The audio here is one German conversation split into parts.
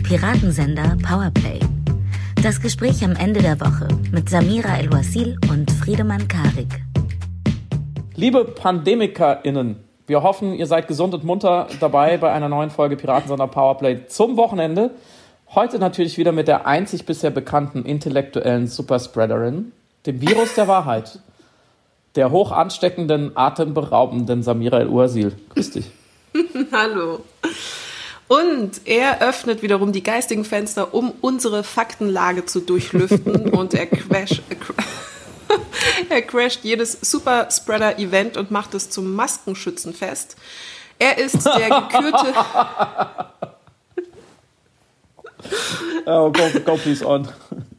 Piratensender Powerplay. Das Gespräch am Ende der Woche mit Samira El-Wasil und Friedemann Karik. Liebe PandemikerInnen, wir hoffen, ihr seid gesund und munter dabei bei einer neuen Folge Piratensender Powerplay zum Wochenende. Heute natürlich wieder mit der einzig bisher bekannten intellektuellen Superspreaderin, dem Virus der Wahrheit, der hoch ansteckenden, atemberaubenden Samira El-Wasil. Grüß dich. Hallo. Und er öffnet wiederum die geistigen Fenster, um unsere Faktenlage zu durchlüften und er crasht jedes Superspreader-Event und macht es zum Maskenschützenfest. Er ist der gekürte... Oh, go please on.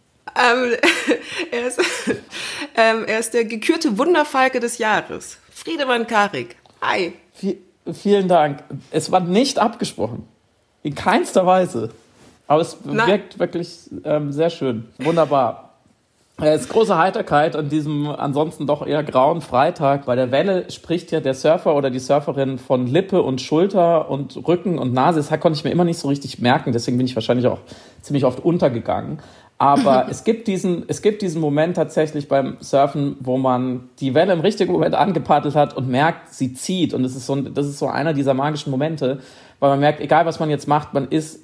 Er ist der gekürte Wunderfalke des Jahres. Friedemann Karik. Hi. Vielen Dank. Es war nicht abgesprochen. In keinster Weise. Aber es wirkt wirklich sehr schön. Wunderbar. Es ist große Heiterkeit an diesem ansonsten doch eher grauen Freitag. Bei der Welle spricht ja der Surfer oder die Surferin von Lippe und Schulter und Rücken und Nase. Das konnte ich mir immer nicht so richtig merken. Deswegen bin ich wahrscheinlich auch ziemlich oft untergegangen. Aber es gibt diesen Moment tatsächlich beim Surfen, wo man die Welle im richtigen Moment angepaddelt hat und merkt, sie zieht. Und das ist so einer dieser magischen Momente, weil man merkt, egal was man jetzt macht, man ist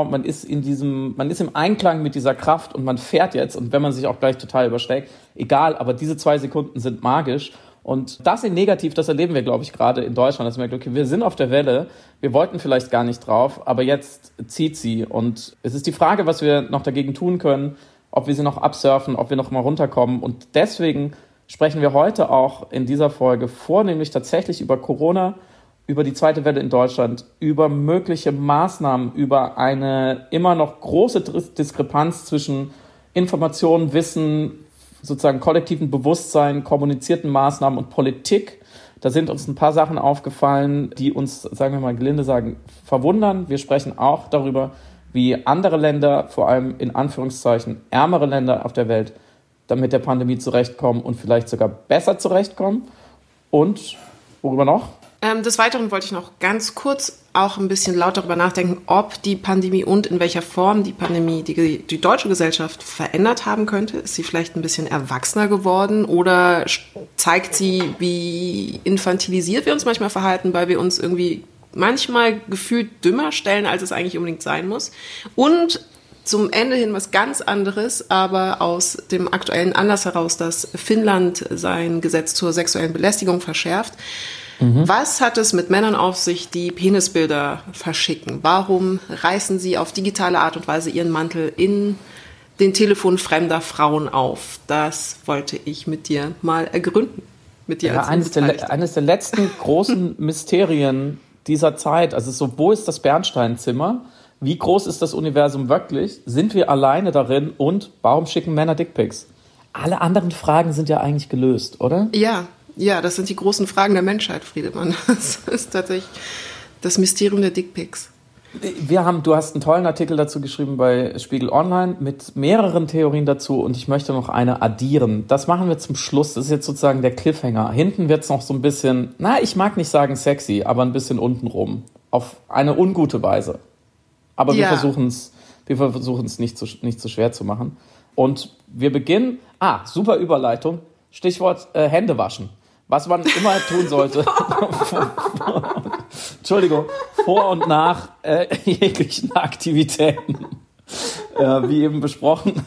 im Einklang mit dieser Kraft und man fährt jetzt. Und wenn man sich auch gleich total überschlägt, egal, aber diese 2 Sekunden sind magisch. Und das in negativ, das erleben wir, glaube ich, gerade in Deutschland. Dass man merkt, okay, wir sind auf der Welle, wir wollten vielleicht gar nicht drauf, aber jetzt zieht sie. Und es ist die Frage, was wir noch dagegen tun können, ob wir sie noch absurfen, ob wir noch mal runterkommen. Und deswegen sprechen wir heute auch in dieser Folge vornehmlich tatsächlich über Corona, über die zweite Welle in Deutschland, über mögliche Maßnahmen, über eine immer noch große Diskrepanz zwischen Information, Wissen, sozusagen kollektiven Bewusstsein, kommunizierten Maßnahmen und Politik. Da sind uns ein paar Sachen aufgefallen, die uns, sagen wir mal gelinde sagen, verwundern. Wir sprechen auch darüber, wie andere Länder, vor allem in Anführungszeichen ärmere Länder auf der Welt, dann mit der Pandemie zurechtkommen und vielleicht sogar besser zurechtkommen. Und worüber noch? Des Weiteren wollte ich noch ganz kurz auch ein bisschen laut darüber nachdenken, ob die Pandemie und in welcher Form die Pandemie die deutsche Gesellschaft verändert haben könnte. Ist sie vielleicht ein bisschen erwachsener geworden oder zeigt sie, wie infantilisiert wir uns manchmal verhalten, weil wir uns irgendwie manchmal gefühlt dümmer stellen, als es eigentlich unbedingt sein muss. Und zum Ende hin was ganz anderes, aber aus dem aktuellen Anlass heraus, dass Finnland sein Gesetz zur sexuellen Belästigung verschärft. Was hat es mit Männern auf sich, die Penisbilder verschicken? Warum reißen sie auf digitale Art und Weise ihren Mantel in den Telefon fremder Frauen auf? Das wollte ich mit dir mal ergründen. Mit dir als eines der letzten großen Mysterien dieser Zeit. Also so, wo ist das Bernsteinzimmer? Wie groß ist das Universum wirklich? Sind wir alleine darin? Und warum schicken Männer Dickpics? Alle anderen Fragen sind ja eigentlich gelöst, oder? Ja, das sind die großen Fragen der Menschheit, Friedemann. Das ist tatsächlich das Mysterium der Dickpics. Du hast einen tollen Artikel dazu geschrieben bei Spiegel Online mit mehreren Theorien dazu und ich möchte noch eine addieren. Das machen wir zum Schluss. Das ist jetzt sozusagen der Cliffhanger. Hinten wird es noch so ein bisschen, ich mag nicht sagen sexy, aber ein bisschen untenrum. Auf eine ungute Weise. Aber wir versuchen es nicht so schwer zu machen. Und wir beginnen, super Überleitung, Stichwort Hände waschen. Was man immer tun sollte, Entschuldigung, vor und nach jeglichen Aktivitäten, wie eben besprochen.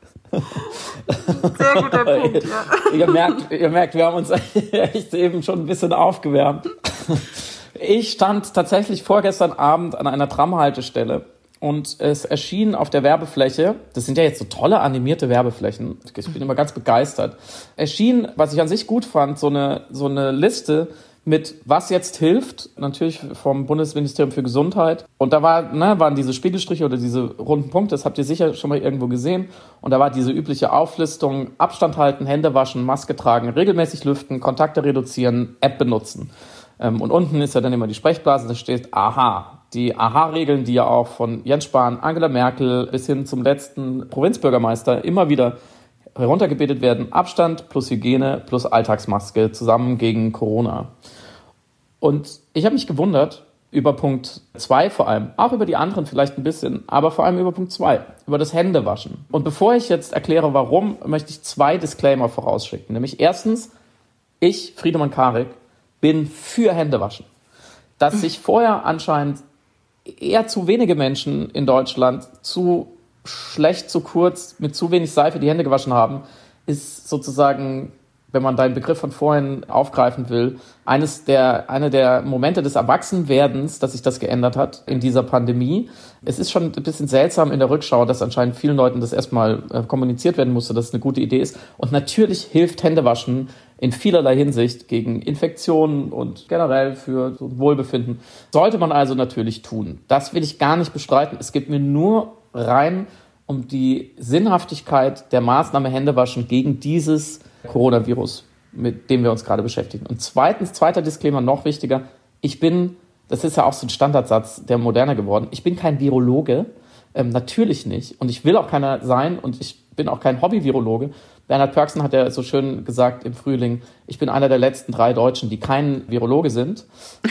Sehr guter Punkt, ja. Ihr merkt, wir haben uns echt eben schon ein bisschen aufgewärmt. Ich stand tatsächlich vorgestern Abend an einer Tramhaltestelle und es erschien auf der Werbefläche, das sind ja jetzt so tolle animierte Werbeflächen, ich bin immer ganz begeistert, erschien, was ich an sich gut fand, so eine Liste mit was jetzt hilft, natürlich vom Bundesministerium für Gesundheit. Und da waren diese Spiegelstriche oder diese runden Punkte, das habt ihr sicher schon mal irgendwo gesehen. Und da war diese übliche Auflistung, Abstand halten, Hände waschen, Maske tragen, regelmäßig lüften, Kontakte reduzieren, App benutzen. Und unten ist ja dann immer die Sprechblase, da steht AHA. Die AHA-Regeln, die ja auch von Jens Spahn, Angela Merkel bis hin zum letzten Provinzbürgermeister immer wieder heruntergebetet werden. Abstand plus Hygiene plus Alltagsmaske zusammen gegen Corona. Und ich habe mich gewundert, über Punkt 2 vor allem, auch über die anderen vielleicht ein bisschen, aber vor allem über Punkt 2, über das Händewaschen. Und bevor ich jetzt erkläre, warum, möchte ich 2 Disclaimer vorausschicken. Nämlich erstens, ich, Friedemann Karik, bin für Händewaschen. Dass sich vorher anscheinend eher zu wenige Menschen in Deutschland zu schlecht, zu kurz, mit zu wenig Seife die Hände gewaschen haben, ist sozusagen, wenn man deinen Begriff von vorhin aufgreifen will, eine der Momente des Erwachsenwerdens, dass sich das geändert hat in dieser Pandemie. Es ist schon ein bisschen seltsam in der Rückschau, dass anscheinend vielen Leuten das erstmal kommuniziert werden musste, dass es eine gute Idee ist. Und natürlich hilft Händewaschen in vielerlei Hinsicht gegen Infektionen und generell für so Wohlbefinden. Sollte man also natürlich tun. Das will ich gar nicht bestreiten. Es geht mir nur rein um die Sinnhaftigkeit der Maßnahme Händewaschen gegen dieses Coronavirus, mit dem wir uns gerade beschäftigen. Und zweiter Disclaimer, noch wichtiger, das ist ja auch so ein Standardsatz, der moderner geworden, ich bin kein Virologe, natürlich nicht. Und ich will auch keiner sein und ich bin auch kein Hobby-Virologe. Bernhard Pörksen hat ja so schön gesagt im Frühling, ich bin einer der letzten 3 Deutschen, die kein Virologe sind.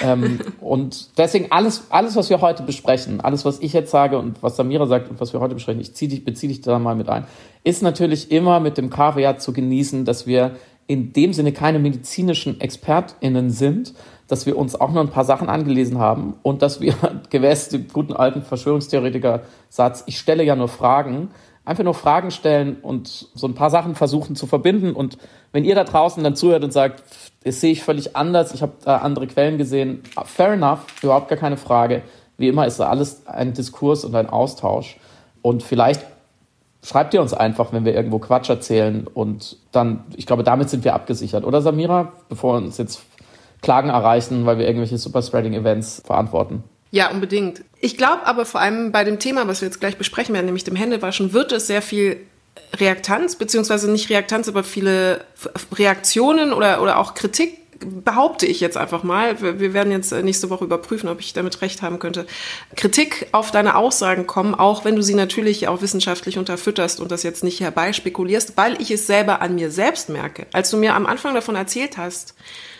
Und deswegen alles, was wir heute besprechen, alles, was ich jetzt sage und was Samira sagt und was wir heute besprechen, beziehe dich da mal mit ein, ist natürlich immer mit dem Kaviar zu genießen, dass wir in dem Sinne keine medizinischen ExpertInnen sind, dass wir uns auch noch ein paar Sachen angelesen haben und dass wir gemäß dem guten alten Verschwörungstheoretiker-Satz, ich stelle ja nur Fragen, einfach nur Fragen stellen und so ein paar Sachen versuchen zu verbinden. Und wenn ihr da draußen dann zuhört und sagt, das sehe ich völlig anders, ich habe da andere Quellen gesehen, fair enough, überhaupt gar keine Frage. Wie immer ist da alles ein Diskurs und ein Austausch. Und vielleicht schreibt ihr uns einfach, wenn wir irgendwo Quatsch erzählen. Und dann, ich glaube, damit sind wir abgesichert. Oder Samira? Bevor uns jetzt Klagen erreichen, weil wir irgendwelche Superspreading-Events verantworten. Ja, unbedingt. Ich glaube aber vor allem bei dem Thema, was wir jetzt gleich besprechen werden, nämlich dem Händewaschen, wird es sehr viel Reaktanz, beziehungsweise nicht Reaktanz, aber viele Reaktionen oder auch Kritik, behaupte ich jetzt einfach mal. Wir werden jetzt nächste Woche überprüfen, ob ich damit recht haben könnte. Kritik auf deine Aussagen kommen, auch wenn du sie natürlich auch wissenschaftlich unterfütterst und das jetzt nicht herbeispekulierst, weil ich es selber an mir selbst merke. Als du mir am Anfang davon erzählt hast,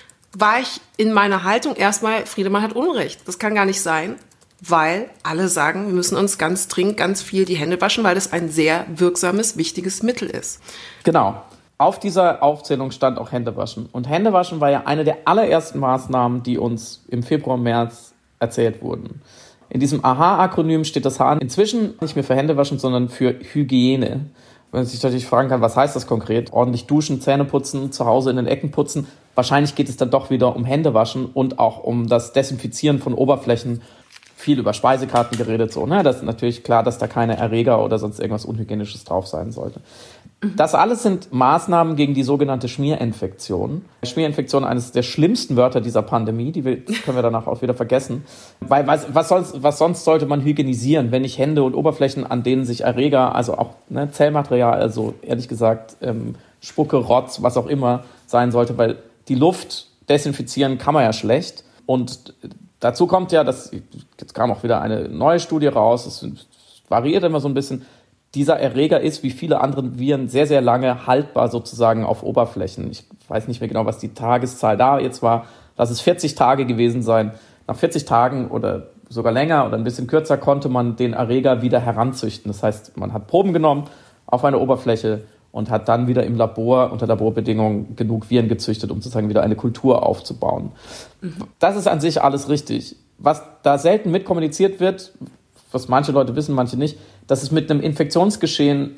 war ich in meiner Haltung erstmal, Friedemann hat Unrecht. Das kann gar nicht sein, weil alle sagen, wir müssen uns ganz dringend, ganz viel die Hände waschen, weil das ein sehr wirksames, wichtiges Mittel ist. Genau. Auf dieser Aufzählung stand auch Händewaschen. Und Händewaschen war ja eine der allerersten Maßnahmen, die uns im Februar, März erzählt wurden. In diesem AHA-Akronym steht das H inzwischen nicht mehr für Händewaschen, sondern für Hygiene. Wenn man sich natürlich fragen kann, was heißt das konkret? Ordentlich duschen, Zähne putzen, zu Hause in den Ecken putzen. Wahrscheinlich geht es dann doch wieder um Händewaschen und auch um das Desinfizieren von Oberflächen. Viel über Speisekarten geredet, so, ne? Das ist natürlich klar, dass da keine Erreger oder sonst irgendwas Unhygienisches drauf sein sollte. Das alles sind Maßnahmen gegen die sogenannte Schmierinfektion. Schmierinfektion, eines der schlimmsten Wörter dieser Pandemie, können wir danach auch wieder vergessen. Weil was sonst sollte man hygienisieren, wenn nicht Hände und Oberflächen, an denen sich Erreger, also auch Zellmaterial, also ehrlich gesagt Spucke, Rotz, was auch immer sein sollte, weil die Luft desinfizieren kann man ja schlecht. Und dazu kommt ja, jetzt kam auch wieder eine neue Studie raus, es variiert immer so ein bisschen. Dieser Erreger ist, wie viele andere Viren, sehr, sehr lange haltbar sozusagen auf Oberflächen. Ich weiß nicht mehr genau, was die Tageszahl da jetzt war. Lass es 40 Tage gewesen sein. Nach 40 Tagen oder sogar länger oder ein bisschen kürzer konnte man den Erreger wieder heranzüchten. Das heißt, man hat Proben genommen auf eine Oberfläche und hat dann wieder im Labor unter Laborbedingungen genug Viren gezüchtet, um sozusagen wieder eine Kultur aufzubauen. Das ist an sich alles richtig. Was da selten mitkommuniziert wird, was manche Leute wissen, manche nicht, dass es mit einem Infektionsgeschehen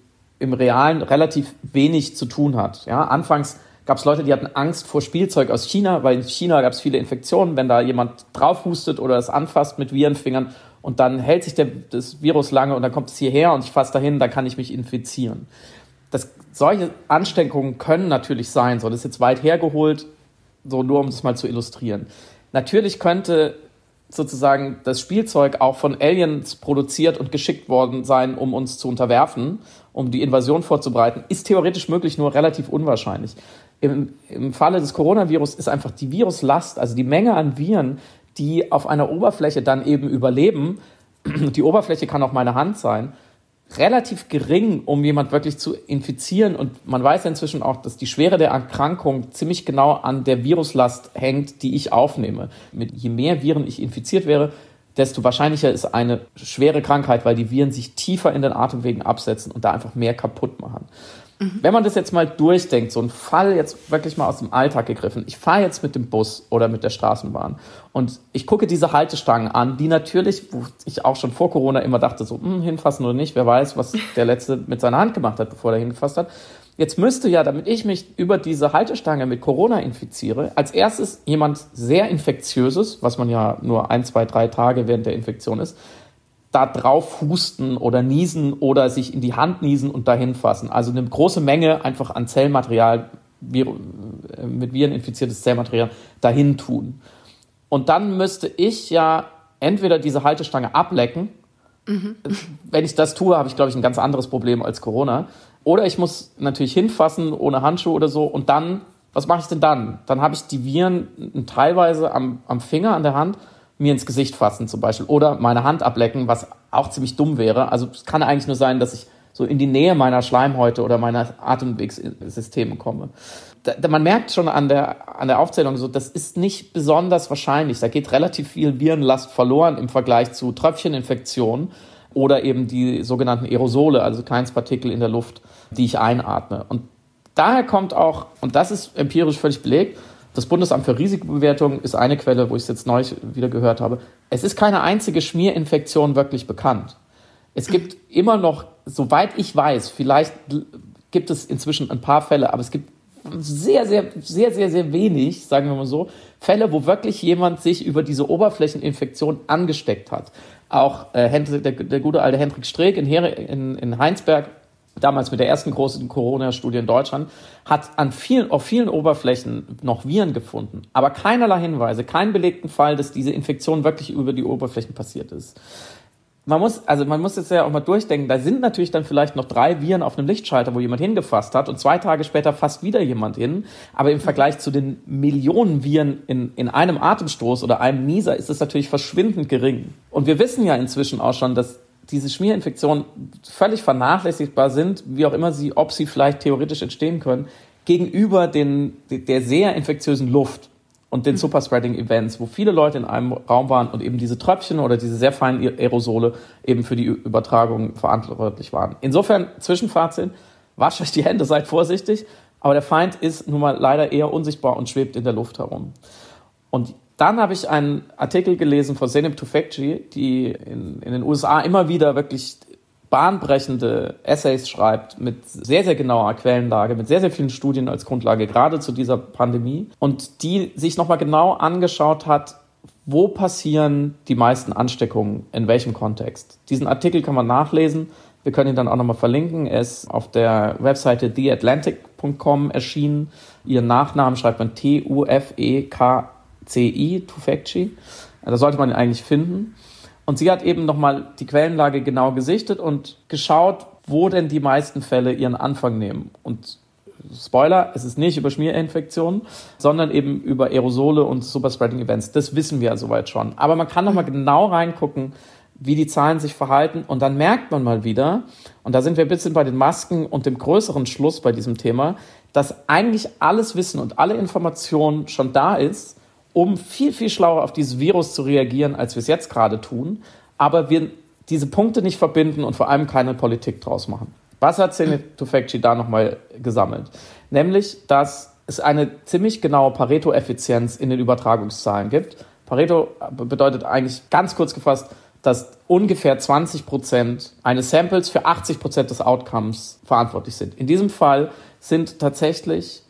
im Realen relativ wenig zu tun hat. Ja, anfangs gab es Leute, die hatten Angst vor Spielzeug aus China, weil in China gab es viele Infektionen, wenn da jemand drauf hustet oder es anfasst mit Virenfingern und dann hält sich das Virus lange und dann kommt es hierher und ich fasse dahin, dann kann ich mich infizieren. Solche Ansteckungen können natürlich sein, so, das ist jetzt weit hergeholt, so nur um das mal zu illustrieren. Natürlich könnte sozusagen das Spielzeug auch von Aliens produziert und geschickt worden sein, um uns zu unterwerfen, um die Invasion vorzubereiten, ist theoretisch möglich, nur relativ unwahrscheinlich. Im Falle des Coronavirus ist einfach die Viruslast, also die Menge an Viren, die auf einer Oberfläche dann eben überleben, die Oberfläche kann auch meine Hand sein, relativ gering, um jemand wirklich zu infizieren. Und man weiß ja inzwischen auch, dass die Schwere der Erkrankung ziemlich genau an der Viruslast hängt, die ich aufnehme. Je mehr Viren ich infiziert wäre, desto wahrscheinlicher ist eine schwere Krankheit, weil die Viren sich tiefer in den Atemwegen absetzen und da einfach mehr kaputt machen. Wenn man das jetzt mal durchdenkt, so ein Fall jetzt wirklich mal aus dem Alltag gegriffen. Ich fahre jetzt mit dem Bus oder mit der Straßenbahn und ich gucke diese Haltestangen an, die natürlich, wo ich auch schon vor Corona immer dachte, so hinfassen oder nicht, wer weiß, was der Letzte mit seiner Hand gemacht hat, bevor er hingefasst hat. Jetzt müsste ja, damit ich mich über diese Haltestange mit Corona infiziere, als erstes jemand sehr Infektiöses, was man ja nur 1, 2, 3 Tage während der Infektion ist, da drauf husten oder niesen oder sich in die Hand niesen und dahin fassen. Also eine große Menge einfach an Zellmaterial, mit Viren infiziertes Zellmaterial dahin tun. Und dann müsste ich ja entweder diese Haltestange ablecken. Wenn ich das tue, habe ich, glaube ich, ein ganz anderes Problem als Corona. Oder ich muss natürlich hinfassen ohne Handschuhe oder so. Und dann, was mache ich denn dann? Dann habe ich die Viren teilweise am Finger, an der Hand, mir ins Gesicht fassen zum Beispiel oder meine Hand ablecken, was auch ziemlich dumm wäre. Also es kann eigentlich nur sein, dass ich so in die Nähe meiner Schleimhäute oder meiner Atemwegssysteme komme. Man merkt schon an der Aufzählung, so, das ist nicht besonders wahrscheinlich. Da geht relativ viel Virenlast verloren im Vergleich zu Tröpfcheninfektionen oder eben die sogenannten Aerosole, also Kleinstpartikel in der Luft, die ich einatme. Und daher kommt auch, und das ist empirisch völlig belegt, das Bundesamt für Risikobewertung ist eine Quelle, wo ich es jetzt neulich wieder gehört habe. Es ist keine einzige Schmierinfektion wirklich bekannt. Es gibt immer noch, soweit ich weiß, vielleicht gibt es inzwischen ein paar Fälle, aber es gibt sehr, sehr, sehr, sehr, sehr wenig, sagen wir mal so, Fälle, wo wirklich jemand sich über diese Oberflächeninfektion angesteckt hat. Auch der gute alte Hendrik Streeck in Heinsberg, damals mit der ersten großen Corona-Studie in Deutschland, hat auf vielen Oberflächen noch Viren gefunden, aber keinerlei Hinweise, keinen belegten Fall, dass diese Infektion wirklich über die Oberflächen passiert ist. Man muss jetzt ja auch mal durchdenken, da sind natürlich dann vielleicht noch 3 Viren auf einem Lichtschalter, wo jemand hingefasst hat und 2 Tage später fasst wieder jemand hin, aber im Vergleich zu den Millionen Viren in einem Atemstoß oder einem Nieser ist es natürlich verschwindend gering. Und wir wissen ja inzwischen auch schon, dass diese Schmierinfektionen völlig vernachlässigbar sind, wie auch immer ob sie vielleicht theoretisch entstehen können, gegenüber der sehr infektiösen Luft und den Superspreading-Events, wo viele Leute in einem Raum waren und eben diese Tröpfchen oder diese sehr feinen Aerosole eben für die Übertragung verantwortlich waren. Insofern, Zwischenfazit, wascht euch die Hände, seid vorsichtig, aber der Feind ist nun mal leider eher unsichtbar und schwebt in der Luft herum. Und dann habe ich einen Artikel gelesen von Zeynep Tufekci, die in den USA immer wieder wirklich bahnbrechende Essays schreibt mit sehr, sehr genauer Quellenlage, mit sehr, sehr vielen Studien als Grundlage, gerade zu dieser Pandemie. Und die sich nochmal genau angeschaut hat, wo passieren die meisten Ansteckungen, in welchem Kontext. Diesen Artikel kann man nachlesen. Wir können ihn dann auch nochmal verlinken. Er ist auf der Webseite theatlantic.com erschienen. Ihren Nachnamen schreibt man Tufekci, Tufekci. Da sollte man ihn eigentlich finden. Und sie hat eben nochmal die Quellenlage genau gesichtet und geschaut, wo denn die meisten Fälle ihren Anfang nehmen. Und Spoiler, es ist nicht über Schmierinfektionen, sondern eben über Aerosole und Superspreading-Events. Das wissen wir ja soweit schon. Aber man kann nochmal genau reingucken, wie die Zahlen sich verhalten. Und dann merkt man mal wieder, und da sind wir ein bisschen bei den Masken und dem größeren Schluss bei diesem Thema, dass eigentlich alles Wissen und alle Informationen schon da ist, um viel, viel schlauer auf dieses Virus zu reagieren, als wir es jetzt gerade tun, aber wir diese Punkte nicht verbinden und vor allem keine Politik draus machen. Was hat Zeynep Tufekci da nochmal gesammelt? Nämlich, dass es eine ziemlich genaue Pareto-Effizienz in den Übertragungszahlen gibt. Pareto bedeutet eigentlich ganz kurz gefasst, dass ungefähr 20% eines Samples für 80% des Outcomes verantwortlich sind. In diesem Fall sind tatsächlich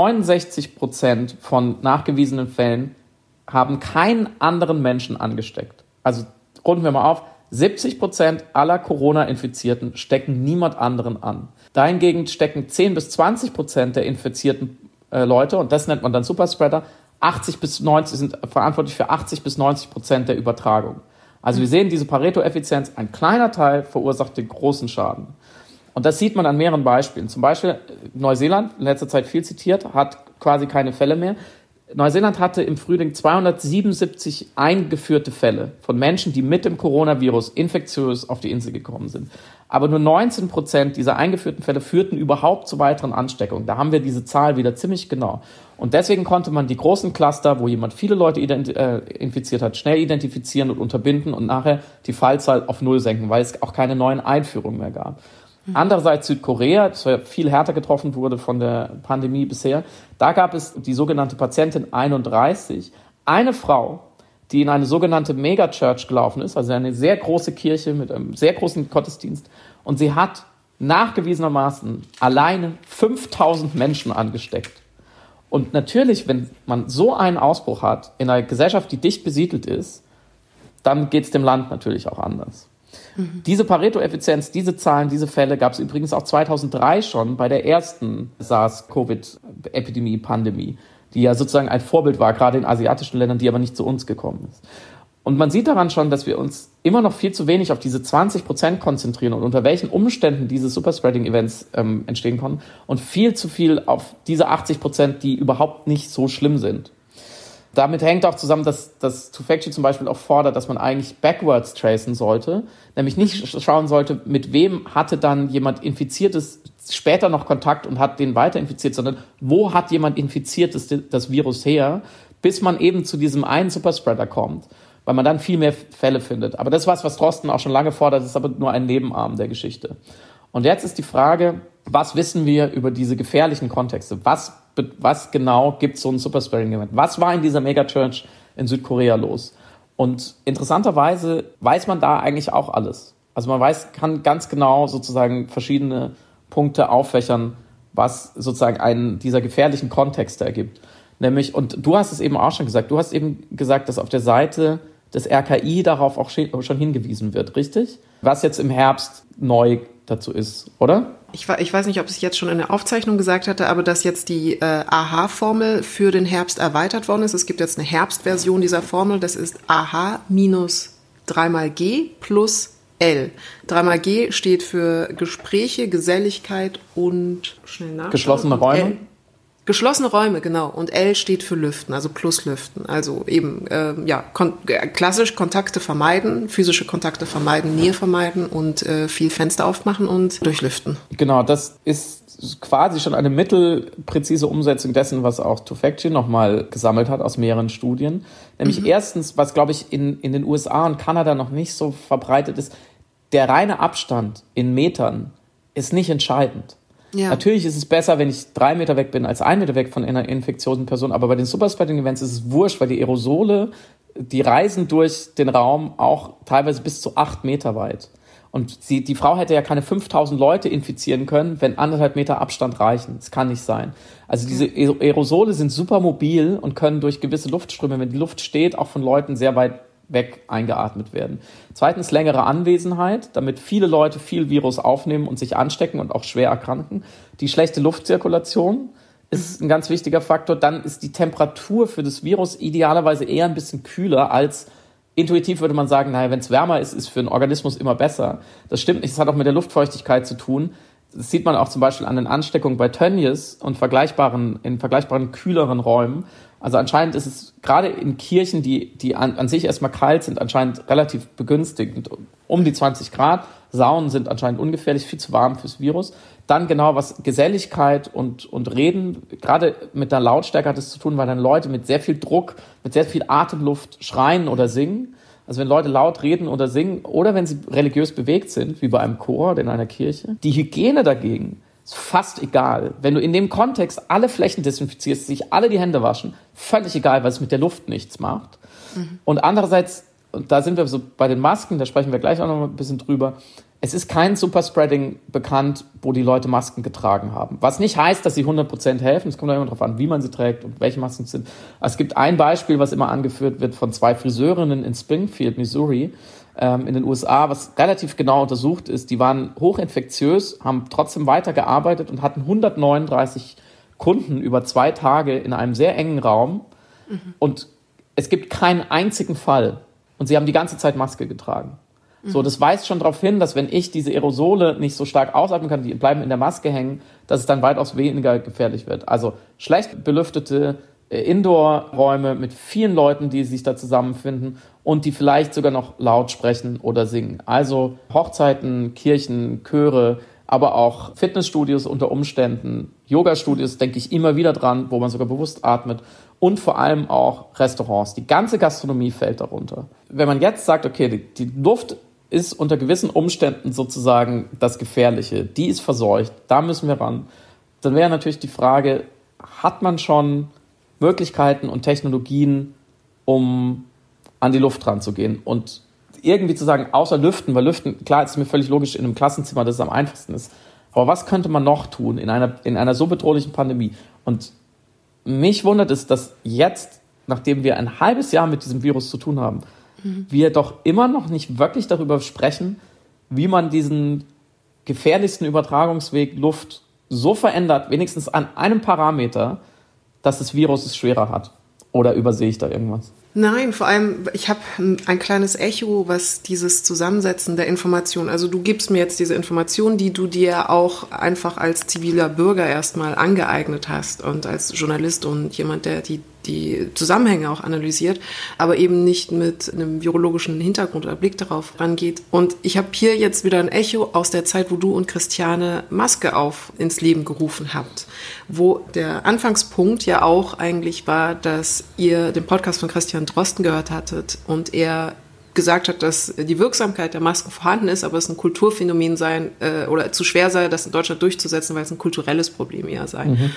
69% von nachgewiesenen Fällen haben keinen anderen Menschen angesteckt. Also runden wir mal auf, 70% aller Corona-Infizierten stecken niemand anderen an. Dahingegen stecken 10 bis 20% der infizierten Leute, und das nennt man dann Superspreader, 80 bis 90 sind verantwortlich für 80 bis 90% der Übertragung. Also wir sehen diese Pareto-Effizienz, ein kleiner Teil verursacht den großen Schaden. Und das sieht man an mehreren Beispielen. Zum Beispiel Neuseeland, in letzter Zeit viel zitiert, hat quasi keine Fälle mehr. Neuseeland hatte im Frühling 277 eingeführte Fälle von Menschen, die mit dem Coronavirus infektiös auf die Insel gekommen sind. Aber nur 19% dieser eingeführten Fälle führten überhaupt zu weiteren Ansteckungen. Da haben wir diese Zahl wieder ziemlich genau. Und deswegen konnte man die großen Cluster, wo jemand viele Leute infiziert hat, schnell identifizieren und unterbinden und nachher die Fallzahl auf 0 senken, weil es auch keine neuen Einführungen mehr gab. Andererseits Südkorea, das viel härter getroffen wurde von der Pandemie bisher, da gab es die sogenannte Patientin 31, eine Frau, die in eine sogenannte Megachurch gelaufen ist, also eine sehr große Kirche mit einem sehr großen Gottesdienst, und sie hat nachgewiesenermaßen alleine 5000 Menschen angesteckt. Und natürlich, wenn man so einen Ausbruch hat in einer Gesellschaft, die dicht besiedelt ist, dann geht es dem Land natürlich auch anders. Diese Pareto-Effizienz, diese Zahlen, diese Fälle gab es übrigens auch 2003 schon bei der ersten SARS-Covid-Epidemie, Pandemie, die ja sozusagen ein Vorbild war, gerade in asiatischen Ländern, die aber nicht zu uns gekommen ist. Und man sieht daran schon, dass wir uns immer noch viel zu wenig auf diese 20% konzentrieren und unter welchen Umständen diese Superspreading-Events entstehen konnten und viel zu viel auf diese 80%, die überhaupt nicht so schlimm sind. Damit hängt auch zusammen, dass Tufekci zum Beispiel auch fordert, dass man eigentlich backwards tracen sollte, nämlich nicht schauen sollte, mit wem hatte dann jemand Infiziertes später noch Kontakt und hat den weiter infiziert, sondern wo hat jemand Infiziertes das Virus her, bis man eben zu diesem einen Superspreader kommt, weil man dann viel mehr Fälle findet. Aber das ist was Drosten auch schon lange fordert, das ist aber nur ein Nebenarm der Geschichte. Und jetzt ist die Frage, was wissen wir über diese gefährlichen Kontexte? Was genau gibt so ein Superspreading-Event? Was war in dieser Megachurch in Südkorea los? Und interessanterweise weiß man da eigentlich auch alles. Also man kann ganz genau sozusagen verschiedene Punkte auffächern, was sozusagen einen dieser gefährlichen Kontexte ergibt. Nämlich, und du hast es eben auch schon gesagt, dass auf der Seite des RKI darauf auch schon hingewiesen wird, richtig? Was jetzt im Herbst neu dazu ist, oder? Ich weiß nicht, ob ich es jetzt schon in der Aufzeichnung gesagt hatte, aber dass jetzt die AHA-Formel für den Herbst erweitert worden ist. Es gibt jetzt eine Herbstversion dieser Formel, das ist AHA minus 3x G plus L. 3x G steht für Gespräche, Geselligkeit und geschlossene Räume. Geschlossene Räume, genau. Und L steht für Lüften, also plus Lüften. Also eben, klassisch Kontakte vermeiden, physische Kontakte vermeiden, Nähe vermeiden und viel Fenster aufmachen und durchlüften. Genau, das ist quasi schon eine mittelpräzise Umsetzung dessen, was auch Tufekci nochmal gesammelt hat aus mehreren Studien. Nämlich erstens, was glaube ich in den USA und Kanada noch nicht so verbreitet ist, der reine Abstand in Metern ist nicht entscheidend. Ja. Natürlich ist es besser, wenn ich 3 Meter weg bin, als 1 Meter weg von einer infektiösen Person. Aber bei den Superspreading-Events ist es wurscht, weil die Aerosole, die reisen durch den Raum auch teilweise bis zu 8 Meter weit. Und die Frau hätte ja keine 5000 Leute infizieren können, wenn 1,5 Meter Abstand reichen. Das kann nicht sein. Also diese Aerosole sind super mobil und können durch gewisse Luftströme, wenn die Luft steht, auch von Leuten sehr weit weg eingeatmet werden. Zweitens längere Anwesenheit, damit viele Leute viel Virus aufnehmen und sich anstecken und auch schwer erkranken. Die schlechte Luftzirkulation ist ein ganz wichtiger Faktor. Dann ist die Temperatur für das Virus idealerweise eher ein bisschen kühler als intuitiv würde man sagen, naja, wenn es wärmer ist, ist für einen Organismus immer besser. Das stimmt nicht, das hat auch mit der Luftfeuchtigkeit zu tun. Das sieht man auch zum Beispiel an den Ansteckungen bei Tönnies und in vergleichbaren kühleren Räumen. Also anscheinend ist es gerade in Kirchen, die an sich erstmal kalt sind, anscheinend relativ begünstigend. Um die 20 Grad. Saunen sind anscheinend ungefährlich, viel zu warm fürs Virus. Dann genau was Geselligkeit und Reden, gerade mit der Lautstärke hat es zu tun, weil dann Leute mit sehr viel Druck, mit sehr viel Atemluft schreien oder singen. Also wenn Leute laut reden oder singen oder wenn sie religiös bewegt sind, wie bei einem Chor oder in einer Kirche. Die Hygiene dagegen ist fast egal. Wenn du in dem Kontext alle Flächen desinfizierst, sich alle die Hände waschen, völlig egal, weil es mit der Luft nichts macht. Und andererseits, und da sind wir so bei den Masken, da sprechen wir gleich auch noch ein bisschen drüber, es ist kein Superspreading bekannt, wo die Leute Masken getragen haben. Was nicht heißt, dass sie 100% helfen. Es kommt immer darauf an, wie man sie trägt und welche Masken es sind. Es gibt ein Beispiel, was immer angeführt wird von 2 Friseurinnen in Springfield, Missouri, in den USA, was relativ genau untersucht ist. Die waren hochinfektiös, haben trotzdem weitergearbeitet und hatten 139 Kunden über 2 Tage in einem sehr engen Raum. Und es gibt keinen einzigen Fall. Und sie haben die ganze Zeit Maske getragen. So, das weist schon darauf hin, dass wenn ich diese Aerosole nicht so stark ausatmen kann, die bleiben in der Maske hängen, dass es dann weitaus weniger gefährlich wird. Also schlecht belüftete Indoor-Räume mit vielen Leuten, die sich da zusammenfinden und die vielleicht sogar noch laut sprechen oder singen. Also Hochzeiten, Kirchen, Chöre, aber auch Fitnessstudios unter Umständen, Yoga-Studios, denke ich immer wieder dran, wo man sogar bewusst atmet und vor allem auch Restaurants. Die ganze Gastronomie fällt darunter. Wenn man jetzt sagt, okay, die Luft ist unter gewissen Umständen sozusagen das Gefährliche, die ist verseucht, da müssen wir ran, dann wäre natürlich die Frage, hat man schon Möglichkeiten und Technologien, um an die Luft ranzugehen und irgendwie zu sagen, außer Lüften, weil Lüften, klar, ist mir völlig logisch in einem Klassenzimmer, dass es am einfachsten ist. Aber was könnte man noch tun in einer so bedrohlichen Pandemie? Und mich wundert es, dass jetzt, nachdem wir ein halbes Jahr mit diesem Virus zu tun haben, wir doch immer noch nicht wirklich darüber sprechen, wie man diesen gefährlichsten Übertragungsweg Luft so verändert, wenigstens an einem Parameter, dass das Virus es schwerer hat. Oder übersehe ich da irgendwas? Nein, vor allem, ich habe ein kleines Echo, was dieses Zusammensetzen der Informationen, also du gibst mir jetzt diese Informationen, die du dir auch einfach als ziviler Bürger erstmal angeeignet hast und als Journalist und jemand, der die Zusammenhänge auch analysiert, aber eben nicht mit einem virologischen Hintergrund oder Blick darauf rangeht. Und ich habe hier jetzt wieder ein Echo aus der Zeit, wo du und Christiane Maske auf ins Leben gerufen habt, wo der Anfangspunkt ja auch eigentlich war, dass ihr den Podcast von Christian Drosten gehört hattet und er gesagt hat, dass die Wirksamkeit der Masken vorhanden ist, aber es ein Kulturphänomen sein oder zu schwer sei, das in Deutschland durchzusetzen, weil es ein kulturelles Problem eher sei. Mhm.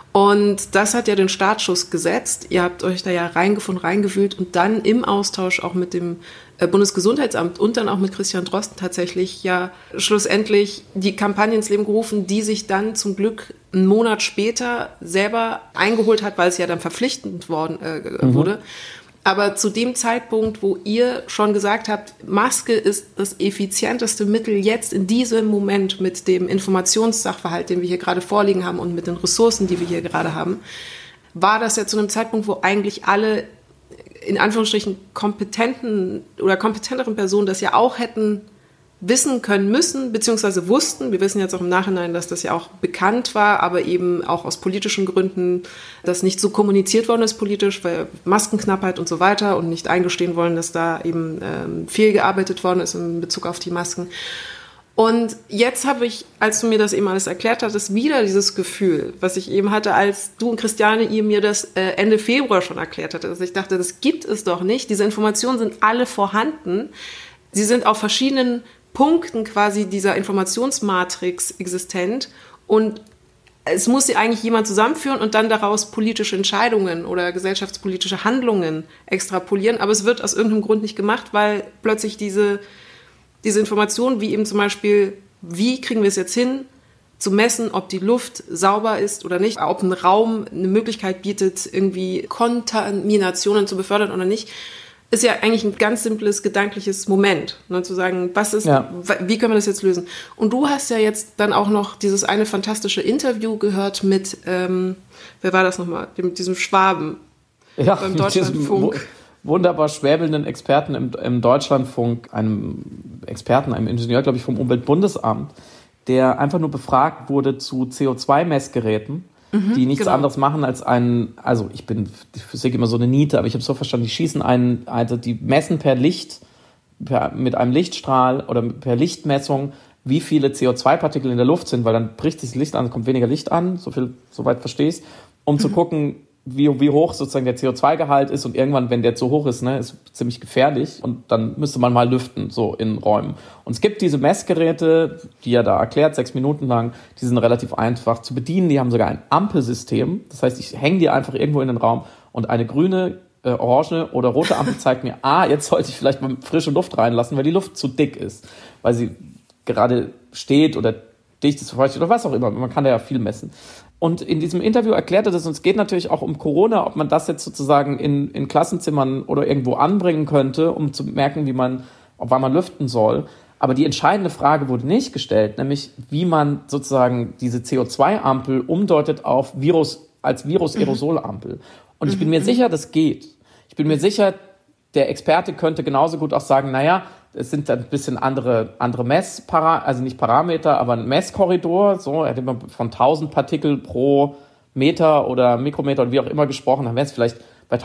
Und das hat ja den Startschuss gesetzt. Ihr habt euch da ja reingewühlt und dann im Austausch auch mit dem Bundesgesundheitsamt und dann auch mit Christian Drosten tatsächlich ja schlussendlich die Kampagne ins Leben gerufen, die sich dann zum Glück einen Monat später selber eingeholt hat, weil es ja dann verpflichtend wurde. Aber zu dem Zeitpunkt, wo ihr schon gesagt habt, Maske ist das effizienteste Mittel jetzt in diesem Moment mit dem Informationssachverhalt, den wir hier gerade vorliegen haben und mit den Ressourcen, die wir hier gerade haben, war das ja zu einem Zeitpunkt, wo eigentlich alle in Anführungsstrichen kompetenteren Personen das ja auch hätten wissen können müssen, beziehungsweise wussten. Wir wissen jetzt auch im Nachhinein, dass das ja auch bekannt war, aber eben auch aus politischen Gründen, dass nicht so kommuniziert worden ist politisch, weil Maskenknappheit und so weiter und nicht eingestehen wollen, dass da eben fehlgearbeitet worden ist in Bezug auf die Masken. Und jetzt habe ich, als du mir das eben alles erklärt hattest, wieder dieses Gefühl, was ich eben hatte, als du und Christiane ihr mir das Ende Februar schon erklärt hatte, dass ich dachte, das gibt es doch nicht. Diese Informationen sind alle vorhanden. Sie sind auf verschiedenen Punkten quasi dieser Informationsmatrix existent und es muss sie eigentlich jemand zusammenführen und dann daraus politische Entscheidungen oder gesellschaftspolitische Handlungen extrapolieren, aber es wird aus irgendeinem Grund nicht gemacht, weil plötzlich diese Informationen, wie eben zum Beispiel, wie kriegen wir es jetzt hin, zu messen, ob die Luft sauber ist oder nicht, ob ein Raum eine Möglichkeit bietet, irgendwie Kontaminationen zu befördern oder nicht, ist ja eigentlich ein ganz simples gedankliches Moment, ne, zu sagen, wie können wir das jetzt lösen? Und du hast ja jetzt dann auch noch dieses eine fantastische Interview gehört mit, wer war das nochmal, mit diesem Schwaben beim Deutschlandfunk. Wunderbar schwäbelnden Experten im Deutschlandfunk, einem Ingenieur, glaube ich, vom Umweltbundesamt, der einfach nur befragt wurde zu CO2-Messgeräten, die nichts anderes machen als also ich bin die Physik immer so eine Niete, aber ich habe so verstanden, die messen per Licht, mit einem Lichtstrahl oder per Lichtmessung, wie viele CO2-Partikel in der Luft sind, weil dann bricht sich das Licht an, kommt weniger Licht an, soweit verstehst, um zu gucken, wie hoch sozusagen der CO2-Gehalt ist und irgendwann, wenn der zu hoch ist, ist ziemlich gefährlich und dann müsste man mal lüften, so in Räumen. Und es gibt diese Messgeräte, die er da erklärt, 6 Minuten lang, die sind relativ einfach zu bedienen, die haben sogar ein Ampelsystem, das heißt, ich hänge die einfach irgendwo in den Raum und eine grüne, orange oder rote Ampel zeigt mir, jetzt sollte ich vielleicht mal frische Luft reinlassen, weil die Luft zu dick ist, weil sie gerade steht oder dicht ist, feucht oder was auch immer, man kann da ja viel messen. Und in diesem Interview erklärt er das, und es geht natürlich auch um Corona, ob man das jetzt sozusagen in Klassenzimmern oder irgendwo anbringen könnte, um zu merken, wann man lüften soll. Aber die entscheidende Frage wurde nicht gestellt, nämlich wie man sozusagen diese CO2-Ampel umdeutet auf als Virus-Aerosol-Ampel. Und ich bin mir sicher, das geht. Ich bin mir sicher, der Experte könnte genauso gut auch sagen, es sind ein bisschen andere also nicht Parameter, aber ein Messkorridor, so, er hat immer von 1000 Partikel pro Meter oder Mikrometer oder wie auch immer gesprochen, dann wäre es vielleicht bei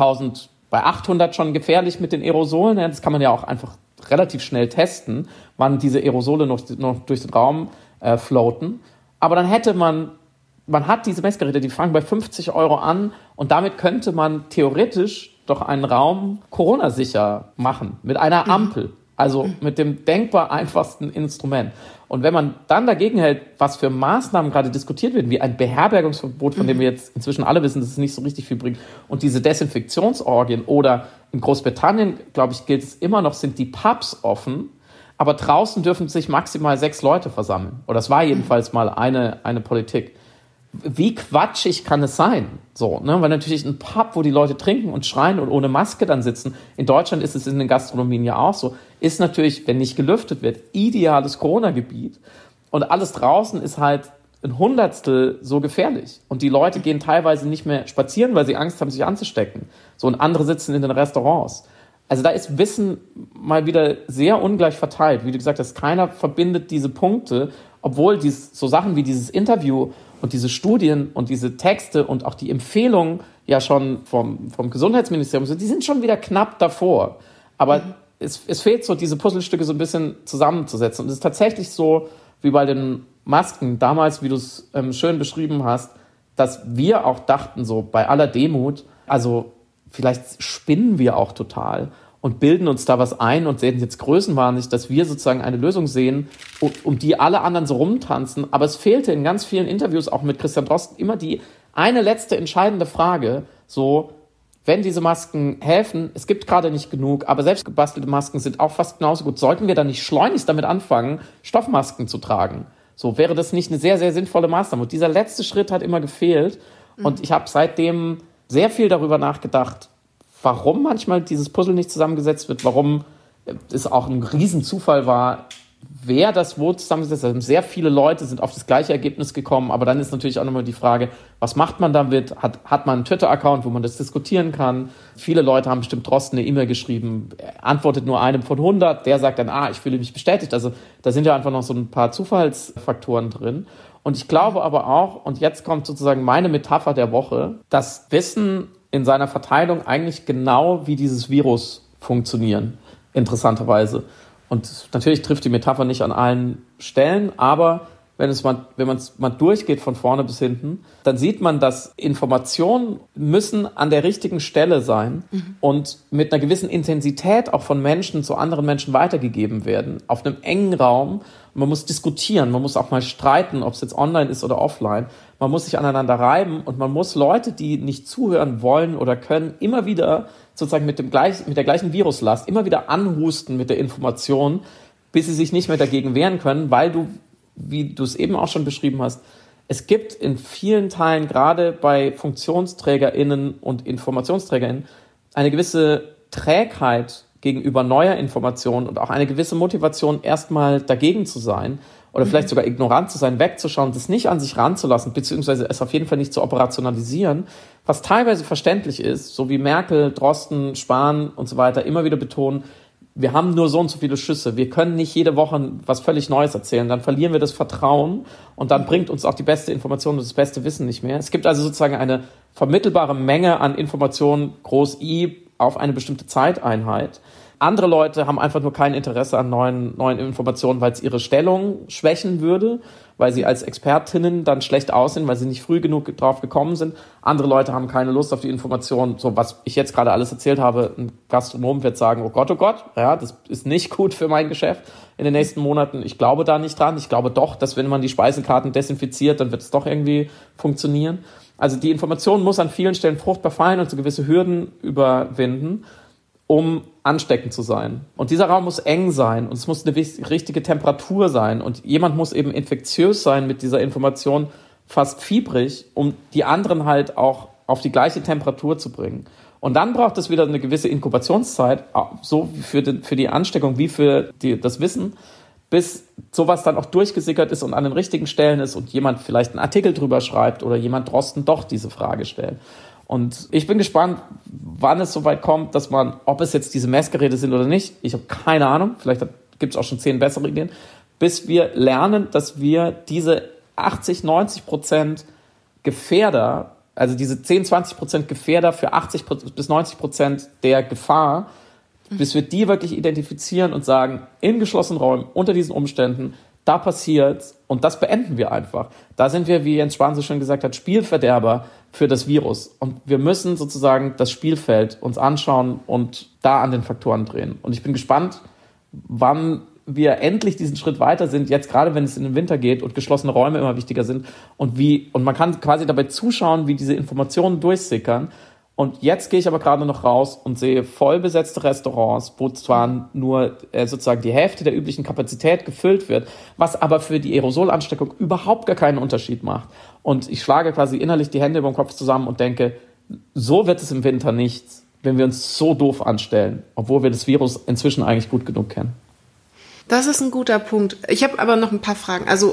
800 schon gefährlich mit den Aerosolen. Das kann man ja auch einfach relativ schnell testen, wann diese Aerosole noch durch den Raum floaten. Aber dann hätte man hat diese Messgeräte, die fangen bei 50 € an und damit könnte man theoretisch doch einen Raum Corona-sicher machen mit einer Ampel. Also mit dem denkbar einfachsten Instrument. Und wenn man dann dagegen hält, was für Maßnahmen gerade diskutiert werden, wie ein Beherbergungsverbot, von dem wir jetzt inzwischen alle wissen, dass es nicht so richtig viel bringt, und diese Desinfektionsorgien, oder in Großbritannien, glaube ich, gilt es immer noch, sind die Pubs offen, aber draußen dürfen sich maximal 6 Leute versammeln. Oder das war jedenfalls mal eine Politik. Wie quatschig kann es sein? So, ne? Weil natürlich ein Pub, wo die Leute trinken und schreien und ohne Maske dann sitzen, in Deutschland ist es in den Gastronomien ja auch so, ist natürlich, wenn nicht gelüftet wird, ideales Corona-Gebiet. Und alles draußen ist halt ein Hundertstel so gefährlich. Und die Leute gehen teilweise nicht mehr spazieren, weil sie Angst haben, sich anzustecken. So, und andere sitzen in den Restaurants. Also da ist Wissen mal wieder sehr ungleich verteilt. Wie du gesagt hast, keiner verbindet diese Punkte, obwohl so Sachen wie dieses Interview und diese Studien und diese Texte und auch die Empfehlungen ja schon vom Gesundheitsministerium sind, die sind schon wieder knapp davor. Aber es fehlt so, diese Puzzlestücke so ein bisschen zusammenzusetzen. Und es ist tatsächlich so, wie bei den Masken damals, wie du es schön beschrieben hast, dass wir auch dachten, so bei aller Demut, also vielleicht spinnen wir auch total und bilden uns da was ein und sehen jetzt größenwahnsinnig, dass wir sozusagen eine Lösung sehen, um die alle anderen so rumtanzen. Aber es fehlte in ganz vielen Interviews, auch mit Christian Drosten, immer die eine letzte entscheidende Frage, so, wenn diese Masken helfen, es gibt gerade nicht genug, aber selbst gebastelte Masken sind auch fast genauso gut. Sollten wir dann nicht schleunigst damit anfangen, Stoffmasken zu tragen? So, wäre das nicht eine sehr, sehr sinnvolle Maßnahme? Und dieser letzte Schritt hat immer gefehlt. Und ich habe seitdem sehr viel darüber nachgedacht, warum manchmal dieses Puzzle nicht zusammengesetzt wird, warum es auch ein Riesenzufall war, wer das wo zusammengesetzt hat. Sehr viele Leute sind auf das gleiche Ergebnis gekommen, aber dann ist natürlich auch nochmal die Frage, was macht man damit? Hat man einen Twitter-Account, wo man das diskutieren kann? Viele Leute haben bestimmt Drosten eine E-Mail geschrieben, antwortet nur einem von 100, der sagt dann, ich fühle mich bestätigt. Also da sind ja einfach noch so ein paar Zufallsfaktoren drin. Und ich glaube aber auch, und jetzt kommt sozusagen meine Metapher der Woche, dass Wissen in seiner Verteilung eigentlich genau wie dieses Virus funktionieren, interessanterweise. Und natürlich trifft die Metapher nicht an allen Stellen, aber wenn man es mal durchgeht von vorne bis hinten, dann sieht man, dass Informationen müssen an der richtigen Stelle sein und mit einer gewissen Intensität auch von Menschen zu anderen Menschen weitergegeben werden, auf einem engen Raum. Man muss diskutieren, man muss auch mal streiten, ob es jetzt online ist oder offline. Man muss sich aneinander reiben und man muss Leute, die nicht zuhören wollen oder können, immer wieder sozusagen mit der gleichen Viruslast immer wieder anhusten mit der Information, bis sie sich nicht mehr dagegen wehren können, weil wie du es eben auch schon beschrieben hast, es gibt in vielen Teilen, gerade bei FunktionsträgerInnen und InformationsträgerInnen, eine gewisse Trägheit gegenüber neuer Informationen und auch eine gewisse Motivation, erstmal dagegen zu sein oder vielleicht sogar ignorant zu sein, wegzuschauen, das nicht an sich ranzulassen, beziehungsweise es auf jeden Fall nicht zu operationalisieren, was teilweise verständlich ist, so wie Merkel, Drosten, Spahn und so weiter immer wieder betonen, wir haben nur so und so viele Schüsse, wir können nicht jede Woche was völlig Neues erzählen, dann verlieren wir das Vertrauen und dann bringt uns auch die beste Information und das beste Wissen nicht mehr. Es gibt also sozusagen eine vermittelbare Menge an Informationen, groß I, auf eine bestimmte Zeiteinheit. Andere Leute haben einfach nur kein Interesse an neuen Informationen, weil es ihre Stellung schwächen würde, weil sie als Expertinnen dann schlecht aussehen, weil sie nicht früh genug drauf gekommen sind. Andere Leute haben keine Lust auf die Informationen, so was ich jetzt gerade alles erzählt habe. Ein Gastronom wird sagen, oh Gott, ja, das ist nicht gut für mein Geschäft in den nächsten Monaten. Ich glaube da nicht dran. Ich glaube doch, dass wenn man die Speisekarten desinfiziert, dann wird es doch irgendwie funktionieren. Also die Information muss an vielen Stellen fruchtbar fallen und so gewisse Hürden überwinden, um ansteckend zu sein. Und dieser Raum muss eng sein und es muss eine richtige Temperatur sein und jemand muss eben infektiös sein mit dieser Information, fast fiebrig, um die anderen halt auch auf die gleiche Temperatur zu bringen. Und dann braucht es wieder eine gewisse Inkubationszeit, so für die Ansteckung wie für das Wissen, bis sowas dann auch durchgesickert ist und an den richtigen Stellen ist und jemand vielleicht einen Artikel drüber schreibt oder jemand Drosten doch diese Frage stellt. Und ich bin gespannt, wann es soweit kommt, dass ob es jetzt diese Messgeräte sind oder nicht, ich habe keine Ahnung, vielleicht gibt es auch schon 10 bessere Ideen, bis wir lernen, dass wir diese 80-90% Gefährder also diese 10-20% Gefährder für 80-90% der Gefahr, bis wir die wirklich identifizieren und sagen, in geschlossenen Räumen, unter diesen Umständen, da passiert's und das beenden wir einfach. Da sind wir, wie Jens Spahn so schön gesagt hat, Spielverderber für das Virus. Und wir müssen sozusagen das Spielfeld uns anschauen und da an den Faktoren drehen. Und ich bin gespannt, wann wir endlich diesen Schritt weiter sind, jetzt gerade wenn es in den Winter geht und geschlossene Räume immer wichtiger sind und man kann quasi dabei zuschauen, wie diese Informationen durchsickern. Und jetzt gehe ich aber gerade noch raus und sehe voll besetzte Restaurants, wo zwar nur sozusagen die Hälfte der üblichen Kapazität gefüllt wird, was aber für die Aerosolansteckung überhaupt gar keinen Unterschied macht. Und ich schlage quasi innerlich die Hände über den Kopf zusammen und denke, so wird es im Winter nichts, wenn wir uns so doof anstellen, obwohl wir das Virus inzwischen eigentlich gut genug kennen. Das ist ein guter Punkt. Ich habe aber noch ein paar Fragen. Also,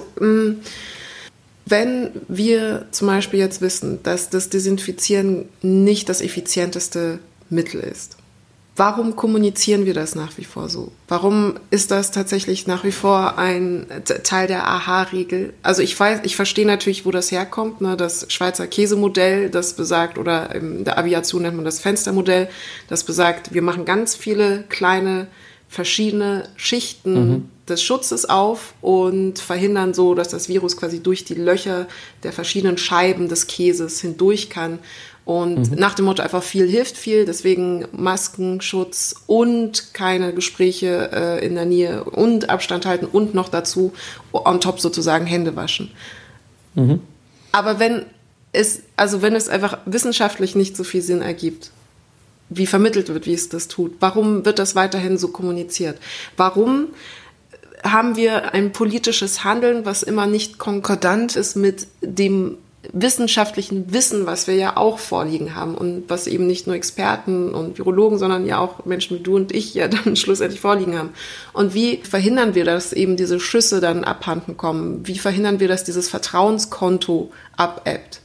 wenn wir zum Beispiel jetzt wissen, dass das Desinfizieren nicht das effizienteste Mittel ist, warum kommunizieren wir das nach wie vor so? Warum ist das tatsächlich nach wie vor ein Teil der AHA-Regel? Also ich verstehe natürlich, wo das herkommt, ne? Das Schweizer Käsemodell, das besagt, oder in der Aviation nennt man das Fenstermodell, das besagt, wir machen ganz viele kleine verschiedene Schichten des Schutzes auf und verhindern so, dass das Virus quasi durch die Löcher der verschiedenen Scheiben des Käses hindurch kann. Und nach dem Motto einfach viel hilft viel, deswegen Maskenschutz und keine Gespräche in der Nähe und Abstand halten und noch dazu on top sozusagen Hände waschen. Aber wenn es einfach wissenschaftlich nicht so viel Sinn ergibt, wie vermittelt wird, wie es das tut. Warum wird das weiterhin so kommuniziert? Warum haben wir ein politisches Handeln, was immer nicht konkordant ist mit dem wissenschaftlichen Wissen, was wir ja auch vorliegen haben und was eben nicht nur Experten und Virologen, sondern ja auch Menschen wie du und ich ja dann schlussendlich vorliegen haben. Und wie verhindern wir, dass eben diese Schüsse dann abhanden kommen? Wie verhindern wir, dass dieses Vertrauenskonto abebbt?